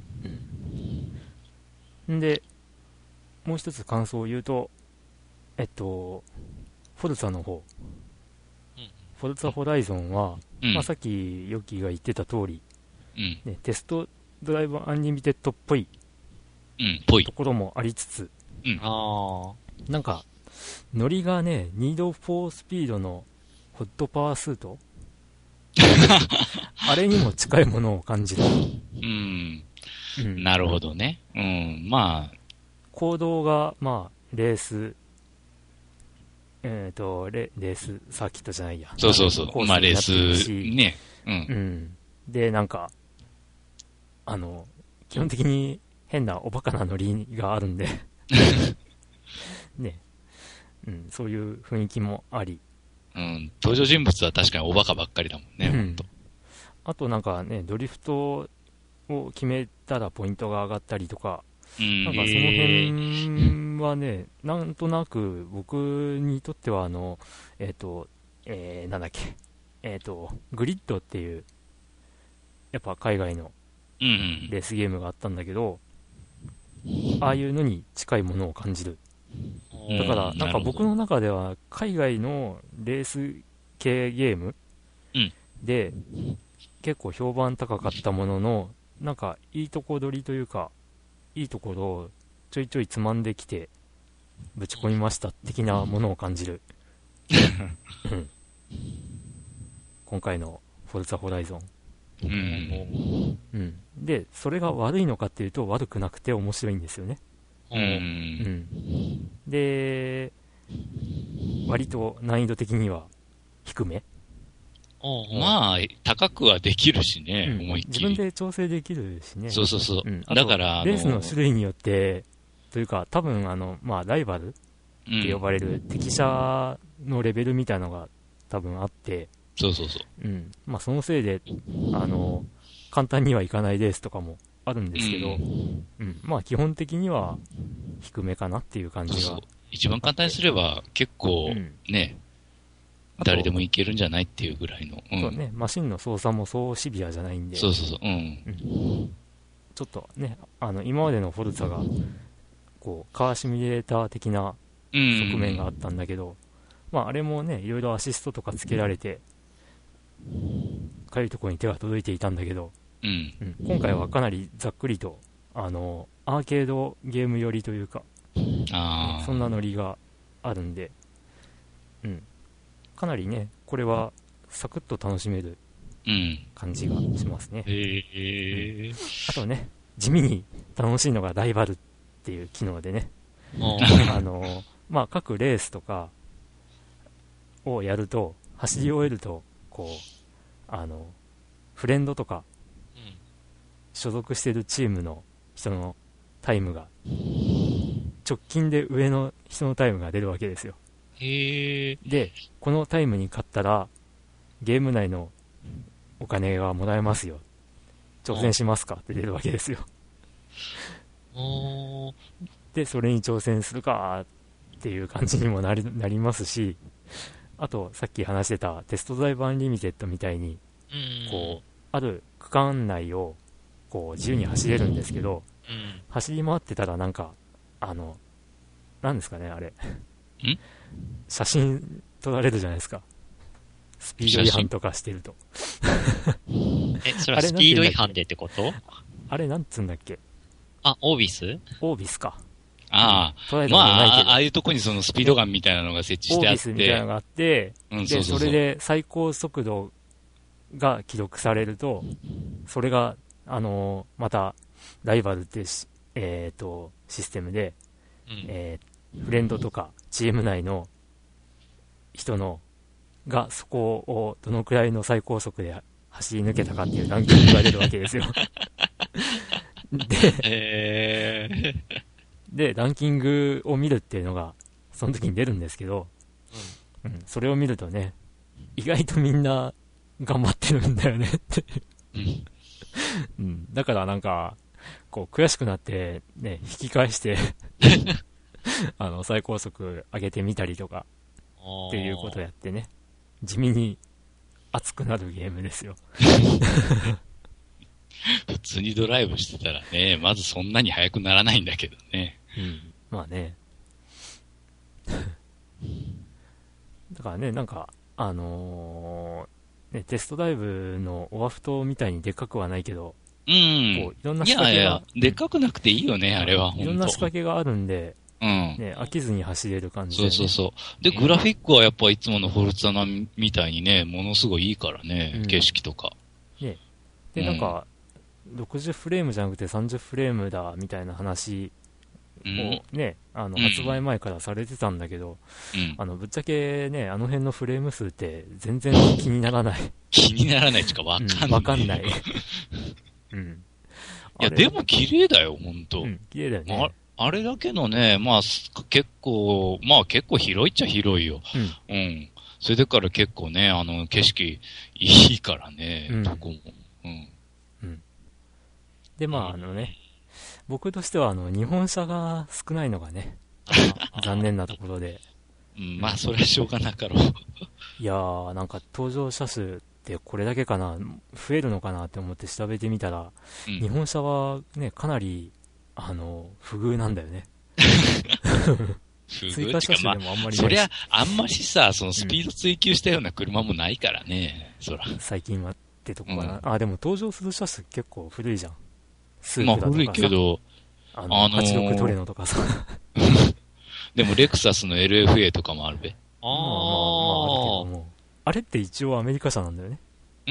んでもう一つ感想を言うと、えっとフォルツァの方、 うんフォルツァホライゾンは、 うん。 まあ、さっきヨッキーが言ってた通り、 うん。 ね、テストドライブアンリミテッドっぽいうん。ぽいと。ころもありつつ、 あなんかノリがね、ニードフォースピードのホットパワースートあれにも近いものを感じる、 うん。 うん、 なるほどね。うん。まあ、 行動がまあレースえっ、ー、とレレースサーキットじゃないや、 そうそうそう。 コースまあ、レになってるース、 しね。う。 うんん、でなんかあの基本的に変なおバカなノリがあるんでね、うん、そういう雰囲気もあり、 うん。登場人物は確かにおバカばっかりだもんね、 うんほんと。 あとなんかね、ドリフトを決めたらポイントが上がったりとか、 うん。 なんかその辺はね、なんとなく僕にとってはあの、えっ、と、えー、なんだっけ、えっ、と、グリッドっていう、やっぱ海外のうんうん。 レースゲームがあったんだけど、ああいうのに近いものを感じる。 ー。 だから、 うんなんか僕の中では海外のレース系ゲームうで、結構評判高かったものの、なんかいいとこ取りというか、いいところをちょいちょいつまんできて、ぶち込みました的なものを感じる。うん、今回のフォルツァホライゾン。 うん。 うん。で、それが悪いのかっていうと悪くなくて面白いんですよね。 うん。うん、 で、割と難易度的には低め。 まあ、高くはできるしね、うん、思いっきり。 自分で調整できるしね。 そうそうそう。 うん、 だから、 レースの種類によって、というか、多分、あの、まあ、ライバルって呼ばれる敵車のレベルみたいなのが多分あって、 そうそうそう。 うん。まあ、そのせいで、あの、簡単にはいかないレースとかもあるんですけど、うん。うん、まあ、基本的には低めかなっていう感じが。そうそう。 一番簡単にすれば、結構、ね、うん、誰でもいけるんじゃないっていうぐらいの、 うん。そうね、マシンの操作もそうシビアじゃないんで。 そうそうそう。うん。うん、 ちょっとね、あの、今までのフォルツァが、こう、カーシミュレーター的な側面があったんだけど、うん、まあ、あれもね、いろいろアシストとかつけられて、かゆいところに手が届いていたんだけど、 うんうん、今回はかなりざっくりと、あの、アーケードゲーム寄りというか、 あそんなノリがあるんで、うん、かなりね、これはサクッと楽しめる感じがしますね。 うん、へー、 うん、あとね、地味に楽しいのがライバルっていう機能でね、あの、まあ、各レースとかをやると、走り終えると、こう、あの、フレンドとか、所属してるチームの人のタイムが、直近で上の人のタイムが出るわけですよ。 へー。 で、このタイムに勝ったら、ゲーム内のお金がもらえますよ。挑戦しますかって出るわけですよ。で、それに挑戦するかっていう感じにもなり、なりますし、あと、さっき話してたテストドライブアンリミテッドみたいに、こう、ある区間内を、こう、自由に走れるんですけど、走り回ってたらなんか、あの、なんですかね、あれ。写真撮られるじゃないですか。スピード違反とかしてると。 え、それはスピード違反でってこと？ あれなんつうんだっけ？ あ、オービス？ オービスか。 ああ、まあ、ああいうとこにそのスピードガンみたいなのが設置してあって。オービスみたいなのがあって、 うん、そうそうそう。で、それで最高速度が記録されると、それが、あのー、また、ライバルってし、えっと、システムで、うん、えー、フレンドとかチーム内の人の、がそこをどのくらいの最高速で走り抜けたかっていうランキングが出るわけですよ。で、 えー、 で、ランキングを見るっていうのが、その時に出るんですけど、うん、うん、それを見るとね、意外とみんな頑張ってるんだよねってうん、 うん。だからなんか、こう悔しくなってね、引き返してあの、最高速上げてみたりとか、っていうことをやってね、地味に熱くなるゲームですよ。 普通にドライブしてたらね、まずそんなに速くならないんだけどね。 うん。まあね。だからね、なんか、あのー、ね、テストダイブのオアフトみたいにでっかくはないけど、 うん。 こういろんな仕掛けが。いやいや、 でっかくなくていいよね、あれは。 いろんな仕掛けがあるんで、 うん。 ね、飽きずに走れる感じで、 ね。そうそうそう。で、グラフィックはやっぱいつものフォルツァナみたいにね、ものすごいいいからね、うん、景色とか。 ね。で、なんか、ろくじゅうフレームじゃなくてさんじゅうフレームだ、みたいな話をね、うん、あの、発売前からされてたんだけど、 うん、 あの、ぶっちゃけね、あの辺のフレーム数って全然気にならない。 気にならないしかわかんない。 わ、うん、かんない。うん。 いや、でも綺麗だよ、ほんと。 うん、綺麗だよね。 ああれだけのね、まあ、結構、まあ結構広いっちゃ広いよ。 うん。 うん。それだから結構ね、あの、景色いいからね、 うん、 どこも。うん。 うん。で、まあ、あのね、僕としては、あの、日本車が少ないのがね、残念なところで。 うん、まあ、それはしょうがなかろう。 いやー、なんか登場車数ってこれだけかな、増えるのかなって思って調べてみたら、うん、日本車はね、かなり、あの、不遇なんだよね。 追加車種でもあんまりないし、 まあ、そりゃ、あんまりさ、そのスピード追求したような車もないからね、うん、そら。 最近はってとこかな。うん、あ、でも登場する車種結構古いじゃん。スープだとかさ。まあ古いけど、 あの、あのー、はちじゅうろくトレノとかさ。 でもレクサスの エルエフエー とかもあるべ。 ああ、まあまあ、まあ、あるけども。あれって一応アメリカ車なんだよね。 うん。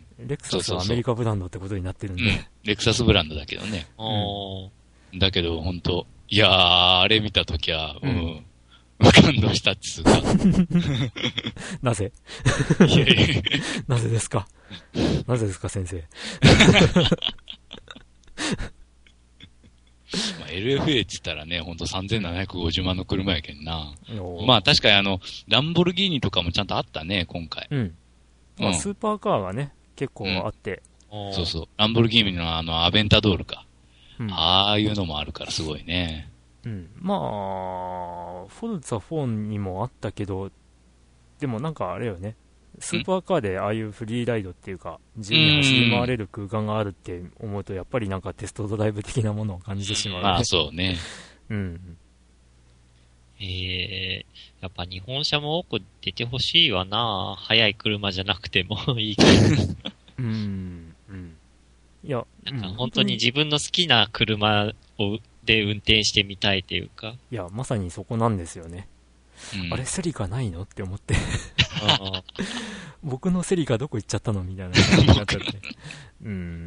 レクサスはアメリカブランドってことになってるんで。 そうそうそう、うん。レクサスブランドだけどね。うん、だけど、ほんと、いやー、あれ見たときは、うん。うん、感動したっつうか。 なぜいやいやなぜですかなぜですか、先生。 まあ、エルエフエー って言ったらね、ほんとさんぜんななひゃくごじゅうまんの車やけんな。まあ確かにあの、ランボルギーニとかもちゃんとあったね、今回。 うん。まあ、スーパーカーがね、結構あって、 うん。そうそう。ランボルギーニのあの、アベンタドールか。うん、ああいうのもあるからすごいね。 うん。まあ、フォルツァフォーにもあったけど、でもなんかあれよね。スーパーカーでああいうフリーライドっていうか、自由に走り回れる空間があるって思うと、やっぱりなんかテストドライブ的なものを感じてしまう、ね。 ああ、そうね。 うん。 ええー、やっぱ日本車も多く出てほしいわな。速い車じゃなくてもいいけど。 うん。うん。いや、 なんか本当に自分の好きな車をで運転してみたいというか。 いや、まさにそこなんですよね。うん、あれ、セリカないのって思って。僕のセリカどこ行っちゃったのみたいな感じになっちゃって。うん。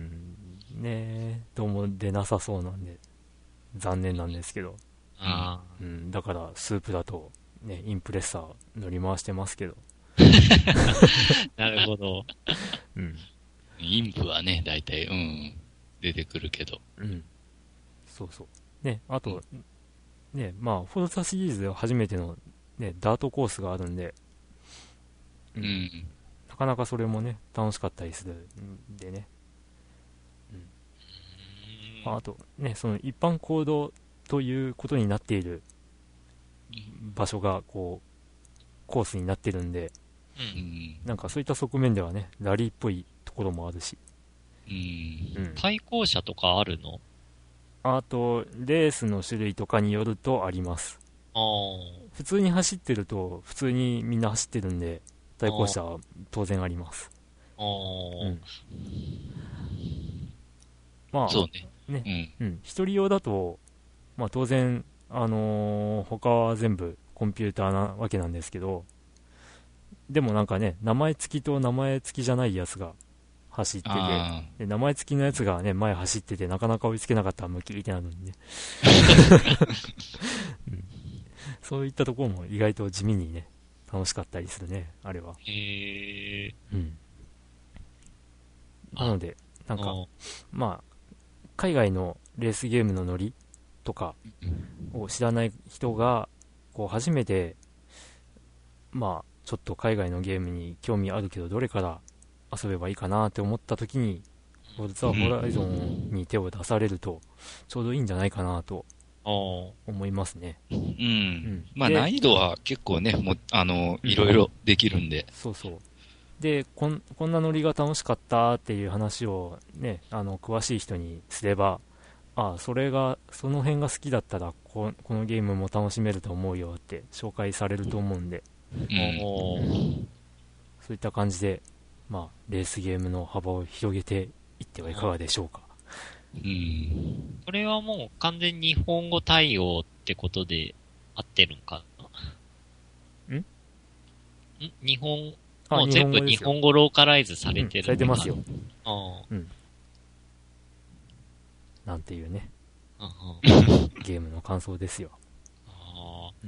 ねえ、どうも出なさそうなんで、残念なんですけど。 あうん、だから、スープだと、ね、インプレッサー乗り回してますけど。 なるほど。 うん。 インプはね、大体、うん、出てくるけど。 うん。そうそう。ね、あと、ね、まあ、フォルツァシリーズでは初めての、ね、ダートコースがあるんで、 うん、うん、 なかなかそれもね、楽しかったりするんでね。うん。まあ、あと、ね、その一般公道ということになっている場所が、こう、コースになってるんで、 うん、 なんかそういった側面ではね、ラリーっぽいところもあるし。 うん。 うん、対向車とかあるの？ あと、レースの種類とかによるとあります。 あ普通に走ってると、普通にみんな走ってるんで、対向車は当然あります。 ああ、 うん。まあ、 そうね。 ね。うん。うん。一人用だと、まあ当然、あのー、他は全部コンピューターなわけなんですけど、でもなんかね、名前付きと名前付きじゃないやつが走ってて、で名前付きのやつがね、前走ってて、なかなか追いつけなかったらムキーってなるんでね。うん、そういったところも意外と地味にね、楽しかったりするね、あれは。 へえ。 うん。なので、なんか、まあ、海外のレースゲームのノリとかを知らない人が、こう、初めて、まあ、ちょっと海外のゲームに興味あるけど、どれから遊べばいいかなって思った時に、フォルツァホライゾンに手を出されると、ちょうどいいんじゃないかなと思いますね。 うん。うん、まあ難易度は結構ね、もあの、いろいろできるんで。 そうそう。で、こん、こんなノリが楽しかったっていう話をね、あの、詳しい人にすれば、ああ、それが、その辺が好きだったらこ、このゲームも楽しめると思うよって紹介されると思うんで、 うん、 そういった感じで、まあ、レースゲームの幅を広げていってはいかがでしょうか。 うん。 これはもう完全に日本語対応ってことで合ってるんかな？んん日本、もう全部日本語ローカライズされてる、うん、 されてますよ。 あうん。なんていうね。 あゲームの感想ですよ。 あ、 うん。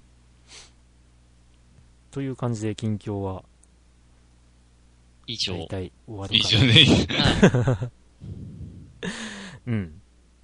という感じで近況は以上。 大体終わるかな。 以上ね。 うん。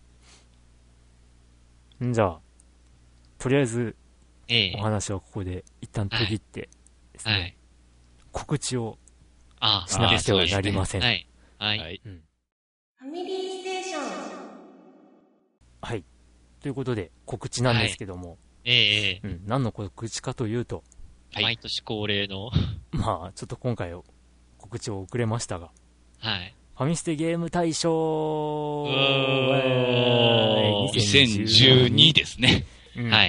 んじゃあ、とりあえず、 ええ、 お話はここで一旦区切ってですね、 はいはい、 告知をあしなくてはなりません。 はい。はい。はい、 うん。 ファミリーステーション。 はい。ということで、告知なんですけども、はい、 ええ、 うん、何の告知かというと、 はい、毎年恒例の。 まあ、ちょっと今回告知を遅れましたが、 はい。 ファミステゲーム大賞にせんじゅうにですね。 うん、 はい。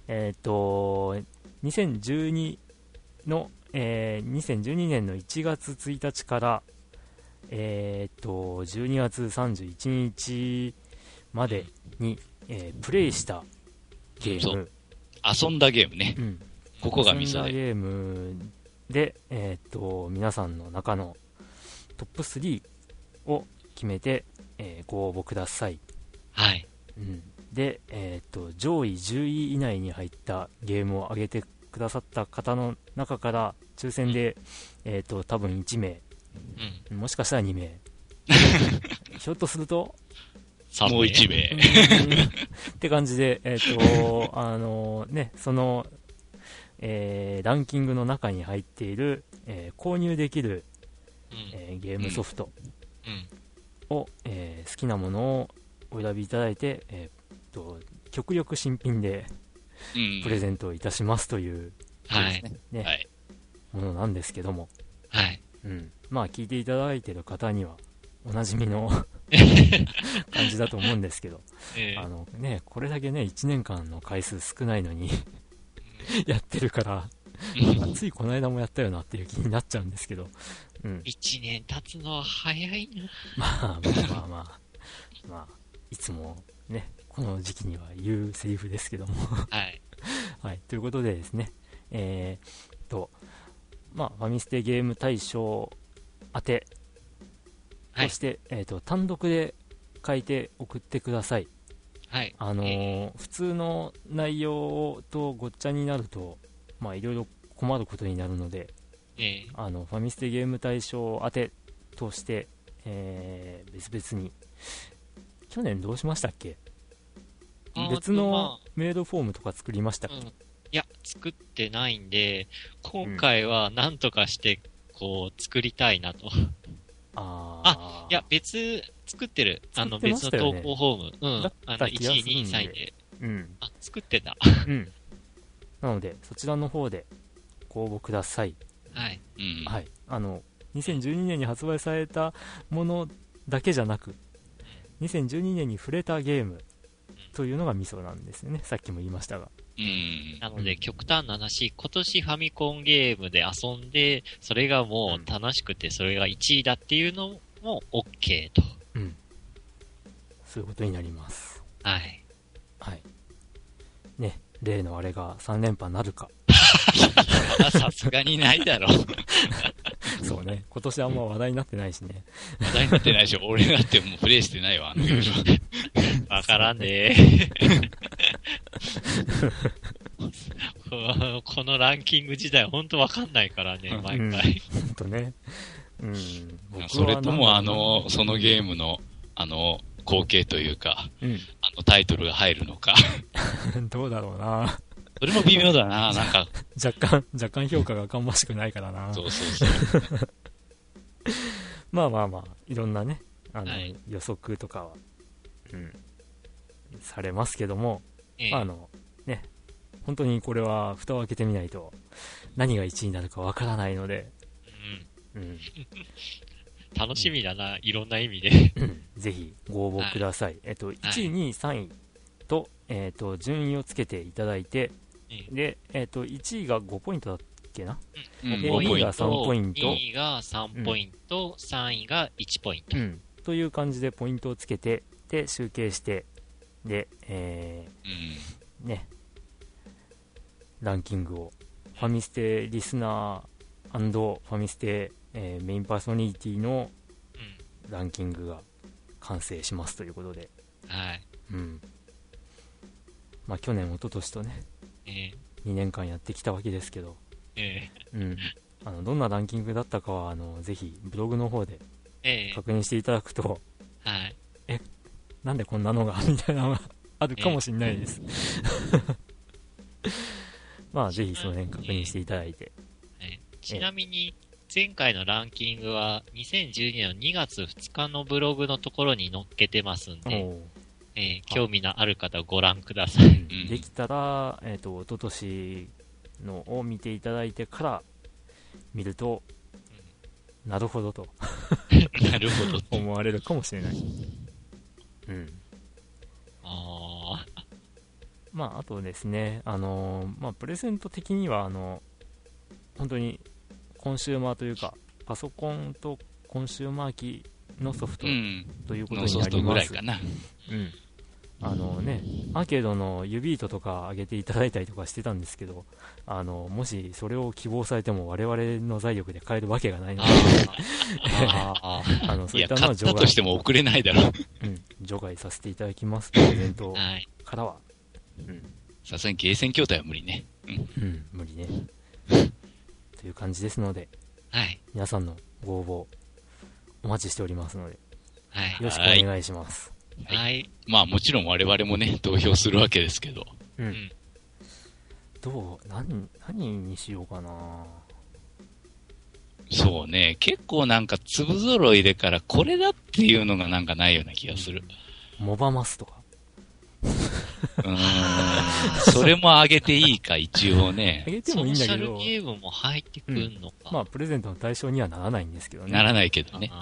えっ、ー、と、にせんじゅうにの、えー、にせんじゅうにねんのいちがつついたちから、えっ、ー、と、じゅうにがつさんじゅういちにちまでに、えー、プレイしたゲーム。 遊んだゲームね。 うん。 ここがミソで。 遊んだゲームで、えっ、ー、と、皆さんの中のトップスリーを決めて、えー、ご応募ください。 はい。 うん、で、えーと、上位じゅうい以内に入ったゲームを上げてくださった方の中から抽選で、えーと、多分いちめい、うん、もしかしたらにめいひょっとするともういちめいって感じで、えーとあのーね、その、えー、ランキングの中に入っている、えー、購入できる、うんえー、ゲームソフトを、うんえー、好きなものをお選びいただいて、えー、と極力新品でプレゼントをいたしますという、 はいねはい、 ものなんですけども、 はいうん、まあ聞いていただいている方にはおなじみの感じだと思うんですけど、えーあのね、これだけねいちねんかんの回数少ないのにやってるからついこの間もやったよなっていう気になっちゃうんですけど、 うん、いちねん経つのは早いな。 まあまあまあまあまあいつもね、この時期には言うセリフですけどもはい。 はい、ということでですね、えー、と、まあ、ファミステゲーム大賞当て、はい、そして、えーと、単独で書いて送ってください。 はい。 あのーえー、普通の内容とごっちゃになると、まあ、いろいろ困ることになるので、 えー、 あの、ファミステゲーム大賞当てとして、えー、別々に、去年どうしましたっけ？別のメールフォームとか作りましたっけ？ うん、いや、作ってないんで、今回は何とかして、こう、作りたいなと。うん、 ああ、いや、別、作ってる。あの、別の投稿フォーム。うん。あの、いちい、にい、さんいで。 うん。 あ、作ってた。 うん。なので、そちらの方でご応募ください。 はい。 うん。はい。あの、にせんじゅうにねんに発売されたものだけじゃなく、にせんじゅうにねんに触れたゲームというのがミソなんですよね。さっきも言いましたが。 うん。なので、極端な話、今年ファミコンゲームで遊んで、それがもう楽しくて、それがいちいだっていうのも OK と。 うん。そういうことになります。 はい。 はい。ね、例のあれがさん連覇なるか。 さすがにないだろう。 そうね、今年あんま話題になってないしね。 話題になってないし、俺だってもうプレイしてないわ、あのゲーム。わからんねー。このランキング自体ほんとわかんないからね、毎回。 ほんとね。うん。 それともあの、そのゲームの、あの、光景というか、うん、あのタイトルが入るのか。 どうだろうな。 それも微妙だな、なんか。 若干、若干評価が芳しくないからな。 そうそうそう。 まあまあまあ、いろんなね、あの、はい、予測とかは、うん、されますけども、ええ、まああの、ね、本当にこれは蓋を開けてみないと、何がいちいになるかわからないので、 うん。うん、楽しみだな、いろんな意味で。 うん、ぜひご応募ください。はい、えっと、いちい、にい、さんいと、えっと、順位をつけていただいて、で、えっと、いちいがごポイントだっけな、 うん、で、にいがさんポイント、にいがさんポイント、うん、さんいがいちポイント、うん。 という感じでポイントをつけて、で、集計して、で、えー、うん、ね、ランキングを、ファミステリスナー&ファミステ、えー、メインパーソナリティのランキングが完成しますということで、 はい。 うん。まあ、去年、一昨年とね、 えー、 にねんかんやってきたわけですけど、 えー、うん、あのどんなランキングだったかはあのぜひブログの方で確認していただくと、 えー、はい、 えなんでこんなのがみたいなのがあるかもしれないです、えー、まあぜひその辺確認していただいて、 えー、ちなみに前回のランキングはにせんじゅうにねんのにがつふつかのブログのところに載っけてますんで、えー、興味のある方はご覧ください。うん、 できたら、えーと、一昨年のを見ていただいてから見ると、うん、なるほどとなるほど思われるかもしれない。うん。 ああ。 まあ、あとですね、あのーまあ、プレゼント的には、あの、本当にコンシューマーというか、パソコンとコンシューマー機のソフトということになります。 のソフトぐらいかな。 うん。あのね、アーケードのユビートとか上げていただいたりとかしてたんですけど、あのもしそれを希望されても我々の財力で買えるわけがないので、ああのそういったのは除外、いや買ったとしても送れないだろう、 うん、除外させていただきますと、イベントからは。 さすがにゲーセン筐体は無理ね。 うん、うん、無理ね。という感じですので、 はい、 皆さんのご応募お待ちしておりますので、 はい、 よろしくお願いします。 はい。はい、 まあもちろん我々もね、投票するわけですけど。 うん。うん、どう、何、何にしようかな。 そうね、結構なんか粒揃いでからこれだっていうのがなんかないような気がする。 モバマスとか。 うーん。それも上げていいか、一応ね。 上げてもいいんだけど。 ソーシャルゲームも入ってくるのか、 うん。まあ、プレゼントの対象にはならないんですけどね。 ならないけどね。 うん。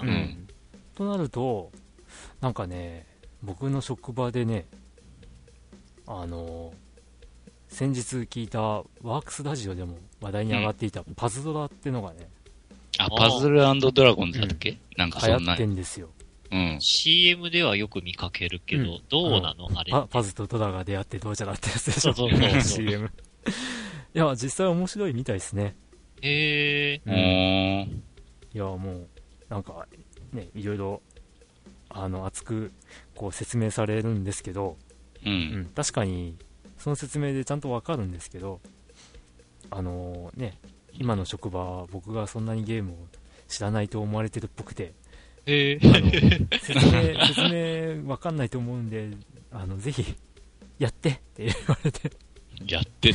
となると、なんかね、僕の職場でね、あの、先日聞いたワークスラジオでも話題に上がっていたパズドラってのがね、 うん、あ、パズル&ドラゴンズだっけ、うん、なんかそんな。 流行ってんですよ。 うん。 シーエム ではよく見かけるけど、うん、どうなの、うん、あれ。 パ, パズとドラが出会ってどうじゃなってやつでしょ。そうそうそうそうシーエム。いや、実際面白いみたいですね。 へー。うん。 いや、もう、なんか、ね、いろいろ、あの、熱く、こう説明されるんですけど、 うん。うん、 確かに、その説明でちゃんとわかるんですけど、あのー、ね、今の職場、僕がそんなにゲームを知らないと思われてるっぽくて、 えー、 説明、説明わかんないと思うんで、あの、ぜひ、やってって言われて。 やってって。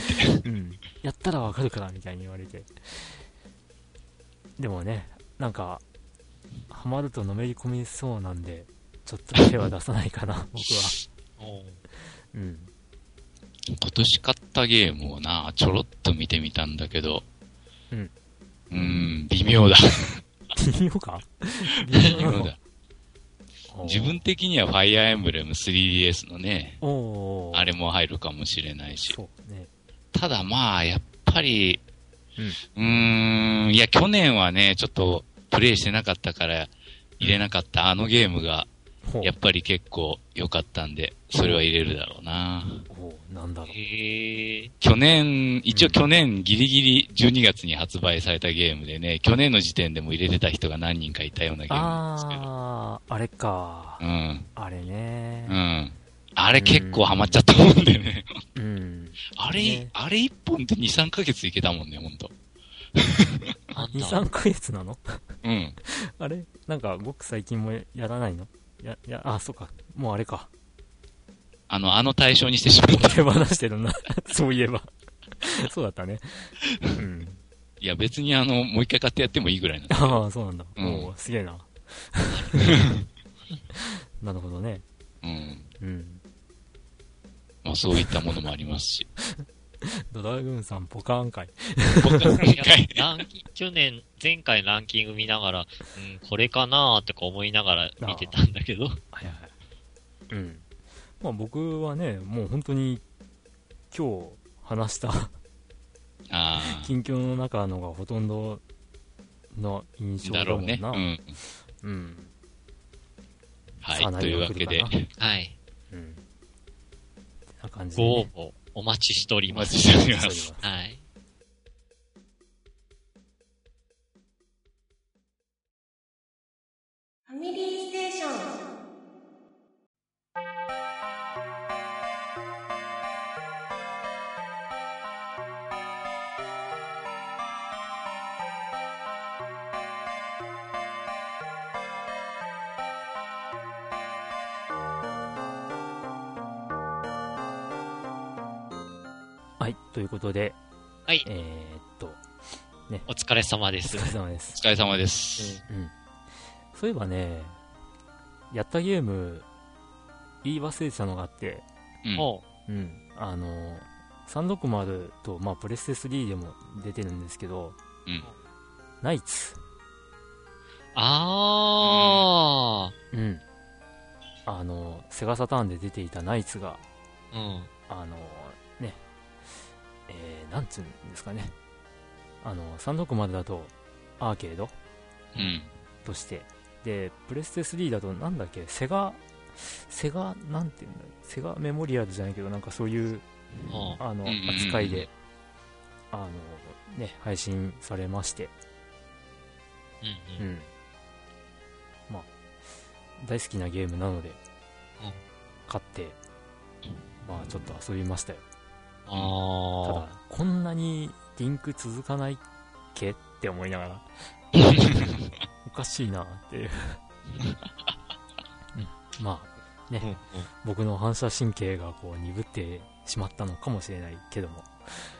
うん。やったらわかるから、みたいに言われて。でもね、なんか、ハマるとのめり込みそうなんで、ちょっと手は出さないかな、僕は。うん。 今年買ったゲームをな、ちょろっと見てみたんだけど、 うん。 うーん、微妙だ。 微妙か微妙だ。自分的にはファイアーエンブレム スリーディーエス のね、あれも入るかもしれないし。 そうね。ただまあ、やっぱり、うん、うーん、いや、去年はね、ちょっとプレイしてなかったから入れなかったあのゲームが、やっぱり結構良かったんで、それは入れるだろうな。 おなんだろう。 へ去年、一応去年ギリギリじゅうにがつに発売されたゲームでね、去年の時点でも入れてた人が何人かいたようなゲームなんですけど。 ああ、あれか。 うん。 あれね。 うん。あれ結構ハマっちゃったもんでね。 うん。 あれ、ね、あれ一本でに、さんかげついけたもんね、ほんと。 に、さんかげつなのうん。 あれなんか、ごく最近もやらないのや、や、あ、そうか。もうあれか。 あの、あの対象にしてしまった。 手放してるな。そういえば。そうだったね。うん。 いや、別にあの、もう一回買ってやってもいいぐらいなんだ。 ああ、そうなんだ。 うん、 おー、すげえな。なるほどね。 うん。 うん。 まあ、そういったものもありますし。 ドラグーンさん、ポカーン会。 ポカーン会。 去年、前回ランキング見ながら、うん、これかなーとか思いながら見てたんだけど。はいはい。 うん。まあ僕はね、もう本当に、今日話した近況の中のがほとんどの印象だもんな。だろうね。うん。うん。 はい、というわけで。 はい。 うん。な感じで、ね。 ご応募お待ちしております。 お待ちしております。 はい。 ファミリーステーション。 はい、ということで、 はい。 えー、っと、ね。 お疲れ様です。 お疲れ様です。 お疲れ様です。 うん。そういえばね、やったゲーム、言い忘れてたのがあって、 うん。 うん。あの、さんびゃくろくじゅうと、まあ、プレステスリーでも出てるんですけど、 うん。 ナイツ。 あー。うん。あの、セガサターンで出ていたナイツが、 うん。 あのね、えー、なんつうんですかね、あのさんろくまでだとアーケードうん。 として、でプレステスリーだとなんだっけ、セガセガなんていうんだ、セガメモリアルじゃないけど、なんかそういうああのうんうんうん扱いで、あのね、配信されまして、 うんうん。 うん、まあ大好きなゲームなので、 うん買って、まあちょっと遊びましたよ。たあだこんなにリンク続かないっけって思いながらおかしいなっていう、うん、まああ。 ね、 うんうん。 僕の反射神経がこう鈍ってしまったのかもしれないけども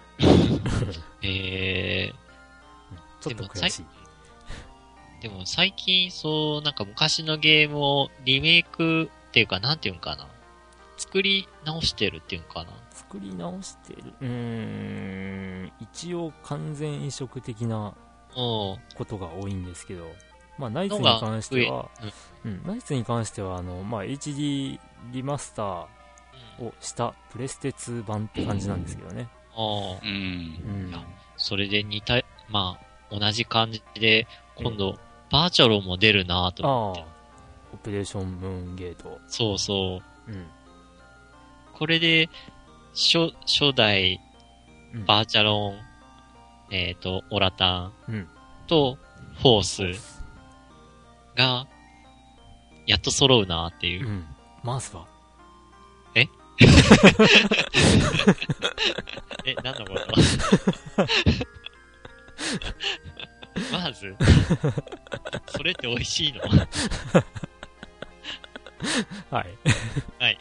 えー、 ちょっと悔しい。 でも最近、そう、なんか昔のゲームをリメイクっていうか、なんていうんかな。作り直してるっていうんかな。 作り直してる、うーん、一応完全移植的なうん。 ことが多いんですけど、まあナイツに関しては、 うんうん、ナイツに関してはあの、まあ、エイチディー リマスターをしたプレステツー版って感じなんですけどね。 ああ。 うん。 うんいやそれで似た、まあ、同じ感じで、今度、バーチャルも出るなと思って。 ああ、オペレーションムーンゲート。 そうそう。 うん。 これで、初、初代、 うんバーチャロン、えっ、と、オラタンうん。 と、フォースが、やっと揃うなっていうう。 ん。マースはえ、何のことまず、それって美味しいのはい。 はい。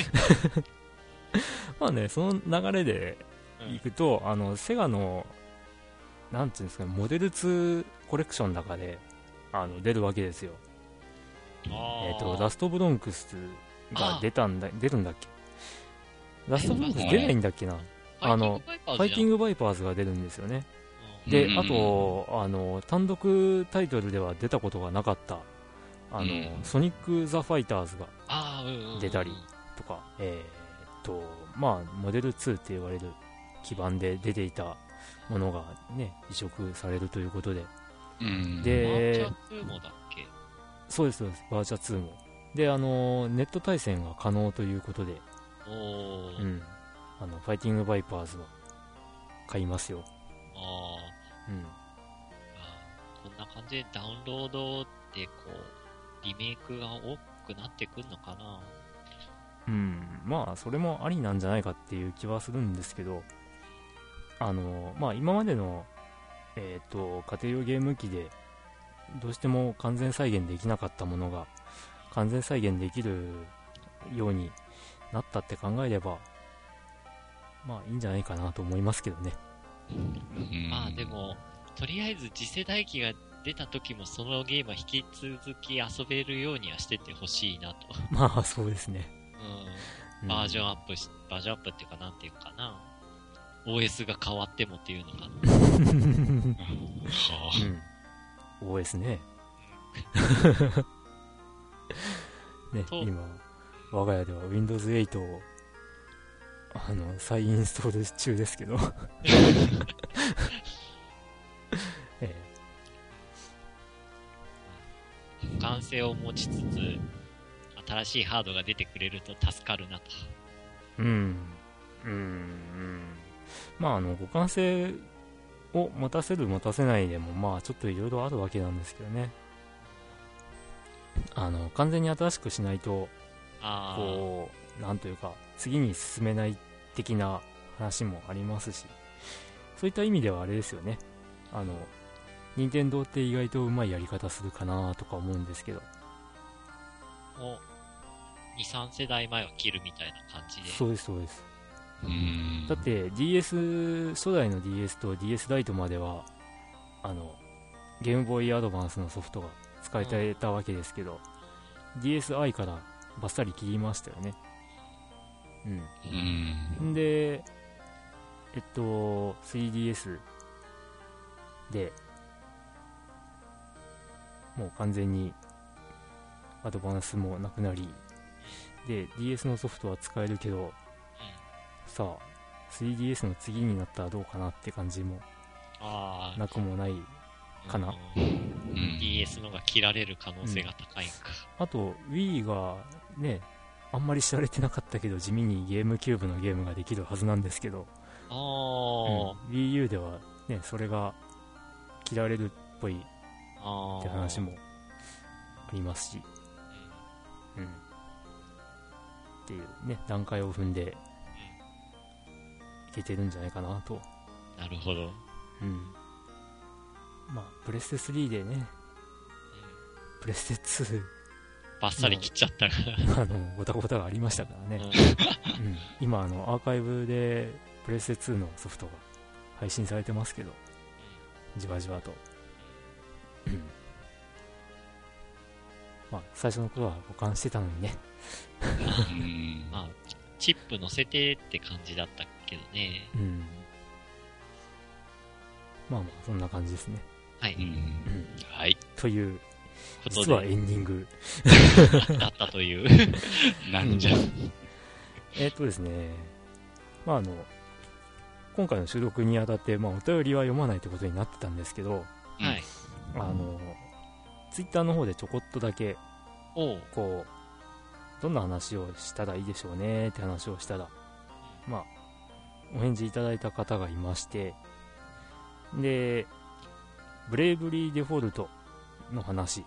まあね、その流れでうんいくと、あの、セガの、なんていうんですかね、モデルツーコレクションの中で、あの、出るわけですよ。えっ、と、ラストブロンクスが出たんだ、出るんだっけ、ラストブロンクス出ないんだっけな。あの、ファイティンググバイパーズが出るんですよね。 うんで、あと、あの、単独タイトルでは出たことがなかった、あの、 うんソニック・ザ・ファイターズがあーうんうんうん出たりとか、えーっと、まあ、モデルツーって言われる基盤で出ていたものがね、移植されるということで、 うん。 でバーチャルもだっけそうです、そうです、バーチャツーも。で、あの、ネット対戦が可能ということで、 おー。 うん、あの、ファイティングバイパーズは買いますよ。 あーうん。 あー。こんな感じでダウンロードでこう、リメイクが多くなってくんのかな。 うん、まあそれもありなんじゃないかっていう気はするんですけど、あのまあ今までのえっ、と家庭用ゲーム機でどうしても完全再現できなかったものが完全再現できるようになったって考えれば、まあいいんじゃないかなと思いますけどね。 うんまあでも、とりあえず次世代機が出た時もそのゲームは引き続き遊べるようにはしててほしいなと。 まあそうですね。 うん。バージョンアップし、バージョンアップっていうかなんていうかな。オーエス が変わってもっていうのかな。 うん、 はうん、オーエス ね。ね、 と今我が家では ウィンドウズエイト をあの再インストール中ですけどえ互換性を持ちつつ、新しいハードが出てくれると助かるなと。 え、うんうんうん、まああの互換性を持たせる持たせないでもまあちょっといろいろあるわけなんですけどね。あの完全に新しくしないとああ。 こうなんというか次に進めない的な話もありますし、そういった意味ではあれですよね、あの任天堂って意外とうまいやり方するかなとか思うんですけど。 もう、に、さん世代前は切るみたいな感じで。 そうですそうです。 うん。 だって ディーエス 初代の ディーエス と ディーエス ライトまではあのゲームボーイアドバンスのソフトが使えてたわけですけど、 ディーエスアイ からバッサリ切りましたよね。 うん。 うんでえっと スリーディーエス でもう完全にアドバンスもなくなり、で ディーエス のソフトは使えるけど、 さあ スリーディーエス の次になったらどうかなって感じもあなくもないかな。 うん、ディーエス のが切られる可能性が高いんか、 うん、あと Wii がねあんまり知られてなかったけど地味にゲームキューブのゲームができるはずなんですけど、 あ、 うん、Wii U ではねそれが切られるっぽいって話もありますし、うん、っていうね段階を踏んでいけてるんじゃないかなと。 なるほど。 うん。まあプレステスリーでね、うん、プレステツーバッサリ切っちゃったからあのごたごたがありましたからね、うんうん、今あのアーカイブでプレステツーのソフトが配信されてますけど、じわじわと、うん、まあ最初の頃は保管してたのにねまあチップ乗せてって感じだったけどね、うん、 まあまあそんな感じですね。 はい、うんうん、 はいという実はエンディングだったというなんじゃ、うん、 えっとですねまああの今回の収録にあたって、まあ、お便りは読まないということになってたんですけど、 はい、 あのツイッターの方でちょこっとだけこうどんな話をしたらいいでしょうねって話をしたら、まあお返事いただいた方がいまして、でブレイブリーデフォルトの話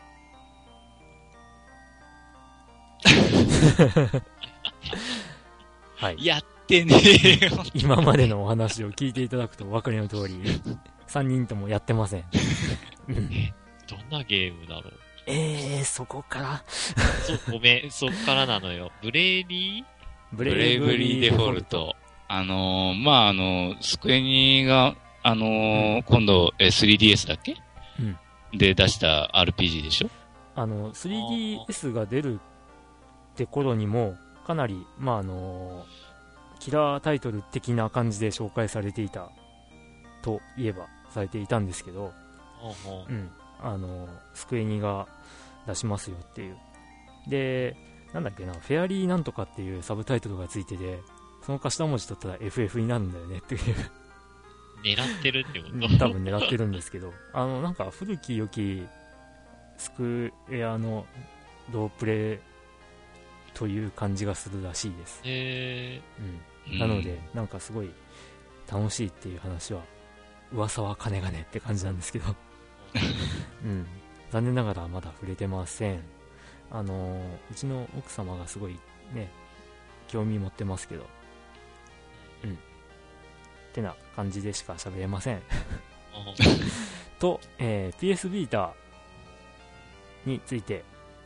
はい、 やってねえよ今までのお話を聞いていただくとお分かりの通りさんにんともやってませんどんなゲームだろう。 えー、そこからそうごめん、そこからなのよ。ブレイリーブレイブリーデフォルト。あのー、まあ、あのー、スクエニが、あのーうん、今度、え スリーディーエス だっけ、うん、で出した アールピージー でしょ。 あの、スリーディーエス が出るって頃にも、かなり、まあ、あのキラータイトル的な感じで紹介されていたといえばされていたんですけど、うん、あのスクエニが出しますよっていう。で、なんだっけな、フェアリーなんとかっていうサブタイトルがついてて、その頭文字取ったら エフエフ になるんだよねっていう狙ってるってこと多分狙ってるんですけど、あのなんか古き良きスクエアのロープレイという感じがするらしいです。 へー、うん、なのでなんかすごい楽しいっていう話は噂は金がねって感じなんですけど、うん、残念ながらまだ触れてません。あのー、うちの奥様がすごいね興味持ってますけど、うんってな感じでしか喋れませんと、えー、ピーエス ビータについて、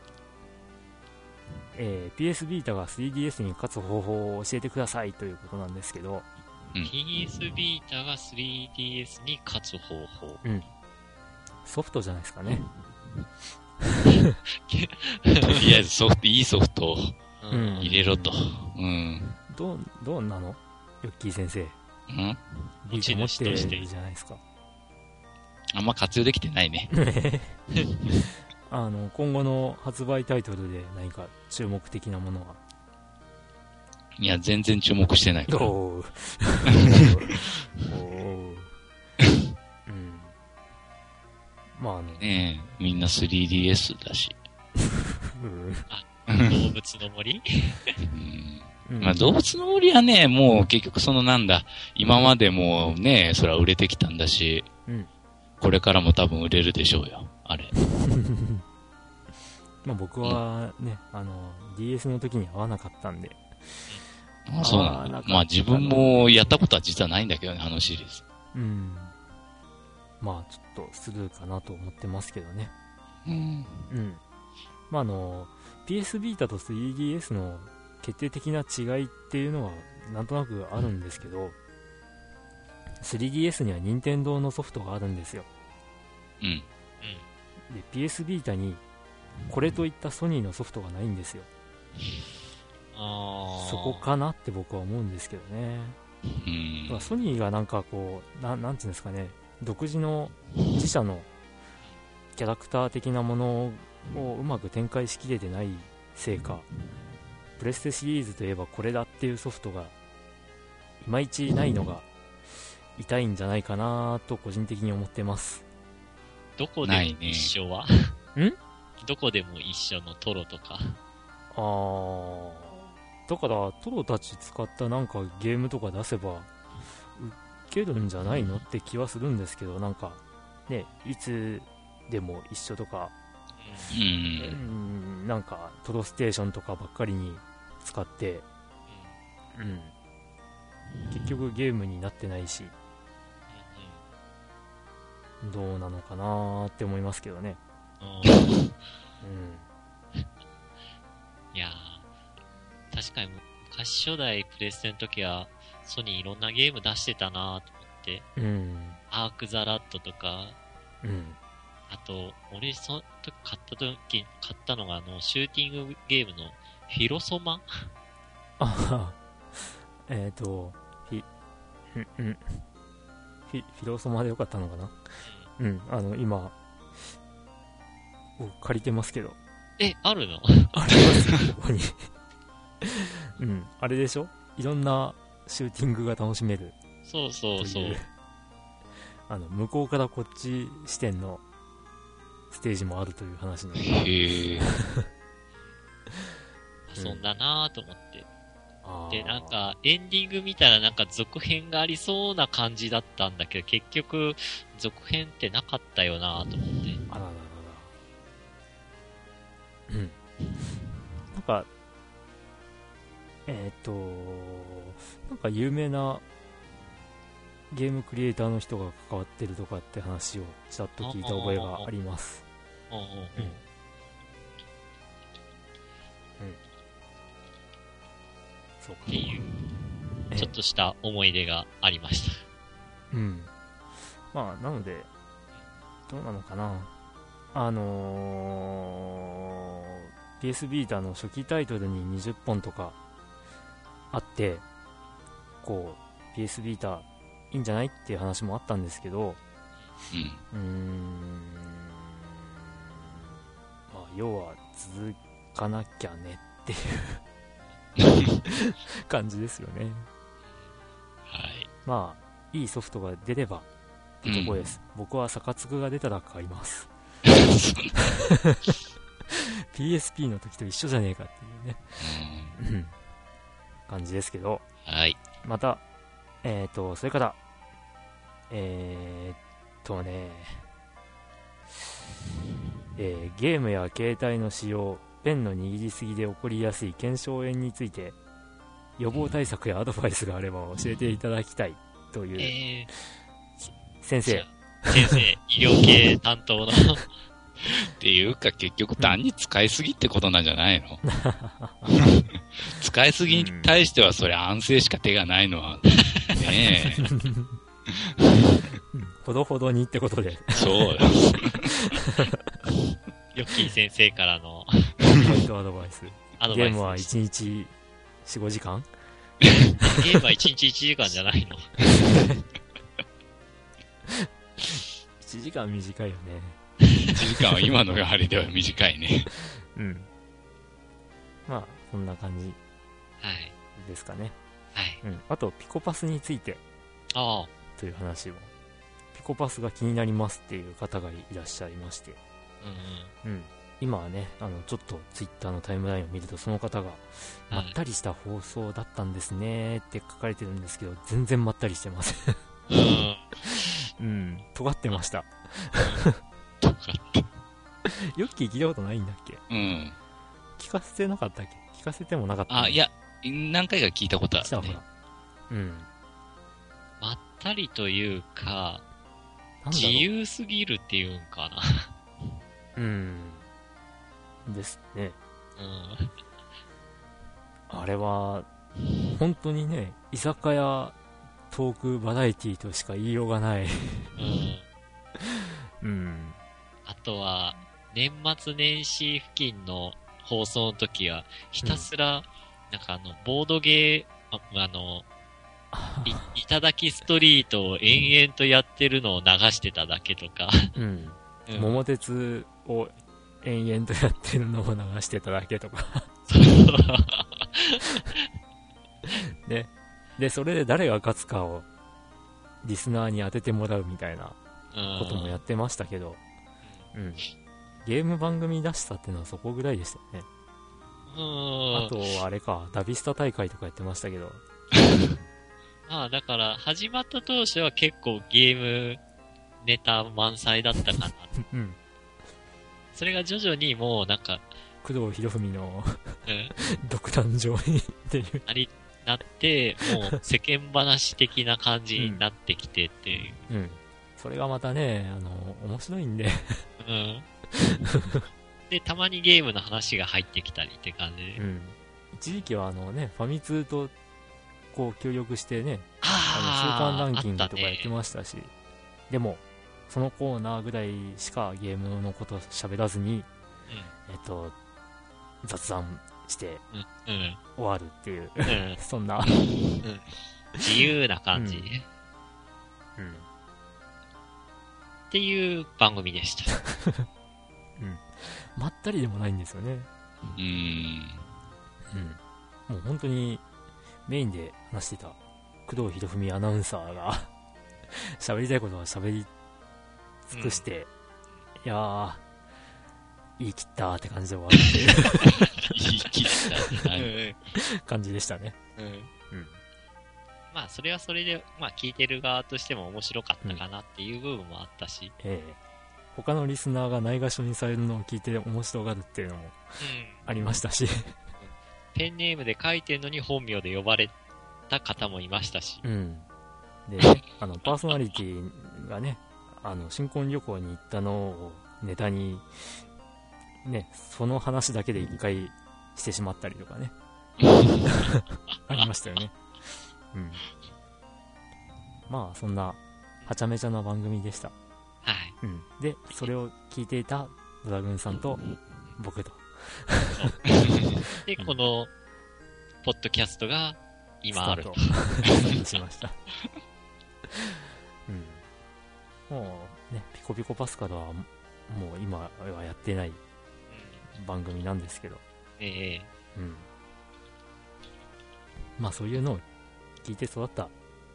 えー、ピーエス ビータが スリーディーエス に勝つ方法を教えてくださいということなんですけど、 うん、ピーエス ビータが スリーディーエス に勝つ方法、 うん、ソフトじゃないですかねとりあえずソフト、いいソフトを入れろと、うん、 どう、どうなのヨッキー先生、 うん、 持ち主としてるじゃないですか。 あんま活用できてないねあの今後の発売タイトルで何か注目的なものは。 いや全然注目してないからおーおー、うん、まああのねえみんな スリーディーエス だしあ動物の森うん、まあ動物の森はねもう結局そのなんだ今までもねそれは売れてきたんだし、うん、これからも多分売れるでしょうよあれまあ僕はね、うん、あの ディーエス の時に合わなかったんで。 ああそうなんだ。まあ自分もやったことは実はないんだけどね、あのシリーズ。 うん。まあちょっとスルーかなと思ってますけどね。 うん。 うん。まああの ピーエス ビータと スリーディーエス の決定的な違いっていうのはなんとなくあるんですけど、スリーディーエス には任天堂のソフトがあるんですよ。 うん。 で ピーエス ビータにこれといったソニーのソフトがないんですよ。 あそこかなって僕は思うんですけどね。 うん、 だからソニーがなんかこう な, なんていうんですかね、独自の自社のキャラクター的なものをうまく展開しきれてないせいか、プレステシリーズといえばこれだっていうソフトがいまいちないのが痛いんじゃないかなと個人的に思ってます。 どこでも一緒は、 ね、んどこでも一緒のトロとか。 あー、だからトロたち使ったなんかゲームとか出せばウケるんじゃないのって気はするんですけど、なんかね、いつでも一緒とか、 うん、 うん、なんかトロステーションとかばっかりに使って、うん、結局ゲームになってないし、どうなのかなーって思いますけどね。 うん、いやー、確かに昔初代プレステの時はソニーいろんなゲーム出してたなーと思って、 うん、 アークザラットとか、 うん、 あと俺その時買った時買ったのがあのシューティングゲームのフィロソマあえっ、ー、とフィ、うんうん、フィ、フィロソマでよかったのかな。うん、あの今借りてますけど。 え、あるの？ ありますよ、ここに。うん、あれでしょ？いろんなシューティングが楽しめる。 そうそうそう。 あの、向こうからこっち視点のステージもあるという話なので。 へー。 遊んだなぁと思って。で、なんか、エンディング見たらなんか続編がありそうな感じだったんだけど、結局、続編ってなかったよなぁと思って。 あらららら。うん。なんか、えっと、なんか有名なゲームクリエイターの人が関わってるとかって話をちらっと聞いた覚えがあります。 うんうんうん。うん。 そうか。 っていう、ちょっとした思い出がありました。 うん。まあ、なので、どうなのかな。あのー、ピーエス ビータの初期タイトルににじゅっぽんとかあって、こう、ピーエス ビータいいんじゃないっていう話もあったんですけど、 うん。 うーん、まあ、要は続かなきゃねっていう感じですよね。 はい。 まあ、いいソフトが出ればってとこです。うん、僕はサカツクが出たら買います。ピーエスピー の時と一緒じゃねえかっていうね、うん、感じですけど、 はい。 また、えっと、それから、えー、っとね、えー、ゲームや携帯の使用、ペンの握りすぎで起こりやすい腱鞘炎について、予防対策やアドバイスがあれば教えていただきたいという、 えー、 先生。 先生、医療系担当の。 っていうか結局単に使いすぎってことなんじゃないの？使いすぎに対してはそれ安静しか手がないのはねえ。 ほどほどにってことで。 そうだ。 ヨッキー先生からのポイントアドバイス。 アドバイス。 ゲームはいちにちよん、ごじかん？ ゲームはいちにちいちじかんじゃないの？ いちじかん短いよね。 いちじかんは今のあれでは短いね。 うん。まあ、そんな感じはいですかね。 はい。 うん。あと、ピコパスについてああという話を。ピコパスが気になりますっていう方がいらっしゃいまして。 うんうん。 うん。今はね、あの、ちょっとツイッターのタイムラインを見ると、その方が、まったりした放送だったんですねって書かれてるんですけど、全然まったりしてません。 うん。 うん。尖ってました。 尖って。 ヨッキー聞いたことないんだっけ？ うん。 聞かせてなかったっけ？聞かせてもなかった。 あ、いや、何回か聞いたことある、ね。 うん。 まったりというか、自由すぎるっていうんかな。 うん。ですね。 うん。 あれは、本当にね、居酒屋トークバラエティとしか言いようがない。 うん。 うん。 あとは、年末年始付近の放送の時は、ひたすら、うん、なんかあの、ボードゲー、あ, あのい、いただきストリートを延々とやってるのを流してただけとか。 うん。うん、桃鉄を延々とやってるのを流してただけとか。ね。 で、それで誰が勝つかをリスナーに当ててもらうみたいなこともやってましたけど、うん。ゲーム番組出したっていうのはそこぐらいでしたよね。 うん。 あと、あれか、ダビスタ大会とかやってましたけど。 まあ、だから、始まった当初は結構ゲームネタ満載だったかな。 うん。 それが徐々にもうなんか、 工藤博文の、 うん、 独壇場にっていう。 あり、なって、もう世間話的な感じになってきてっていう。 うん。うん、それがまたね、あの、面白いんで。 うん。で、たまにゲームの話が入ってきたりって感じで。 うん。一時期はあのね、ファミ通と、こう協力してね、 ああの、週間ランキングとかやってましたし、ね、でも、そのコーナーぐらいしかゲームのこと喋らずに、うん、えっと、雑談して、 うんうん、 終わるっていう、うん、そんな、うん、 自由な感じ、うん、うん。っていう番組でした。 うん。まったりでもないんですよね。 うーん。 うん。もう本当にメインで話してた工藤博文アナウンサーが喋りたいことは喋り尽くして、うん、いやー、言い切ったーって感じで終わるっていう言い切ったー感じでしたね。 うん。うん。まあ、それはそれで、まあ、聞いてる側としても面白かったかなっていう部分もあったし。 うん、ええ。他のリスナーがないがしろにされるのを聞いて面白がるっていうのもありましたし、うん、 ペンネームで書いてるのに本名で呼ばれた方もいましたし。 うん。で、ね、あの、パーソナリティがね、あの、新婚旅行に行ったのをネタに、ね、その話だけで一回してしまったりとかね。ありましたよね。うん。まあ、そんな、はちゃめちゃな番組でした。 はい。 うん。で、それを聞いていたドラグーンさんと僕と。 で、この、ポッドキャストが今あると。 スタートしました。うん。もうね、ピコピコパスカルはもう今はやってない番組なんですけど。 ええ。 うん。まあそういうのを聞いて育った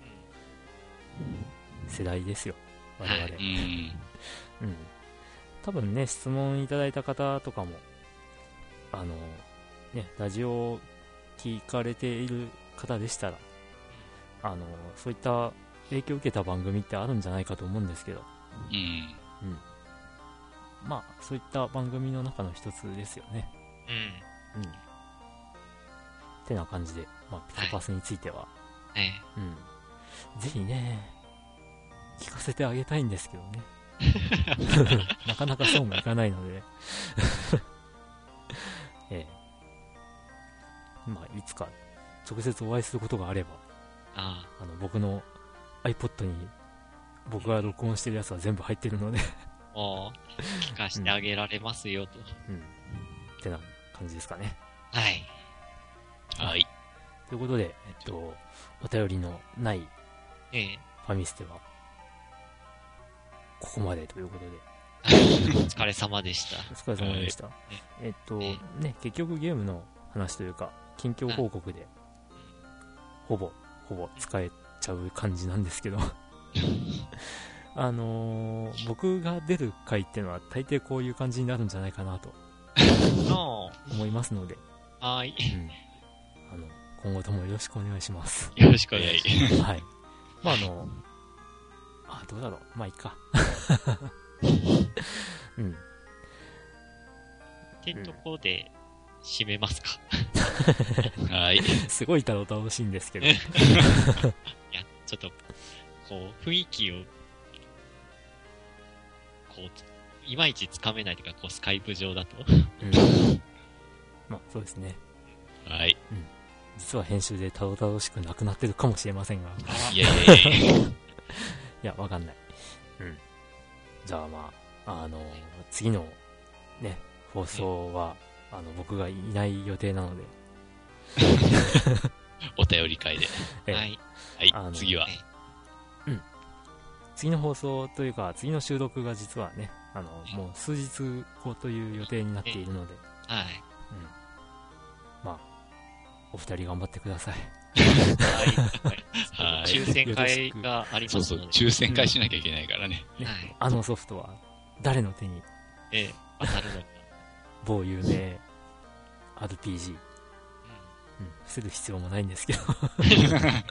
世代ですよ。我々、はい、うん、うん、多分ね、質問いただいた方とかもあのね、ラジオを聞かれている方でしたら、あのそういった影響を受けた番組ってあるんじゃないかと思うんですけど、 うん、 うん、まあそういった番組の中の一つですよね。 うん、 うん、ってな感じで、まあ、ピコパスについては、はい、うん、ぜひね聞かせてあげたいんですけどねなかなかそうもいかないのでええ、まあいつか直接お会いすることがあれば、 ああの僕の iPod に僕が録音してるやつは全部入ってるのでお聞かせてあげられますよと、 うんうん、ってな感じですかね。 はいはい。 ということで、えっと、お便りのないええファミステはここまでということでお疲れ様でした。 お疲れ様でした。はい、えっと、ね、結局ゲームの話というか、近況報告で、ほぼ、ほぼ使えちゃう感じなんですけど、あのー、僕が出る回っていうのは大抵こういう感じになるんじゃないかなと思いますので、 はい、 うん、あの今後ともよろしくお願いします。 よろしくお願いします。 はい。まああの、あ、どうだろう。まあいいか。うん。 ってとこで締めますか。 はい。 すごいたどたどしいんですけど。いや、 ちょっと、こう、雰囲気を、こう、いまいちつかめないというか、こう、スカイプ上だと。うん。 まあ、そうですね。 はい。 うん。実は編集でたどたどしくなくなってるかもしれませんが。 いやいやいやいや、わかんない。うん。じゃあまあ、あのー、次のね、放送は、うん、あの、僕がいない予定なので。 お便り会で。 はい。 はい、次は。 うん。次の放送というか、次の収録が実はね、あの、もう数日後という予定になっているので。 はい。 うん。まあ、 お二人頑張ってください。 はい。はい。抽選会がありますので。 そうそう、抽選会しなきゃいけないからね。 ね、はい、あのソフトは誰の手に、 ええ、当たるのか。 某有名 アールピージー。うん。うん、する必要もないんですけど。ね、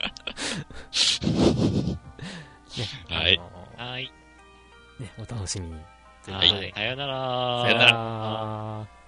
はい。 はい。 ね、お楽しみに。 はい。さよなら。 さよなら。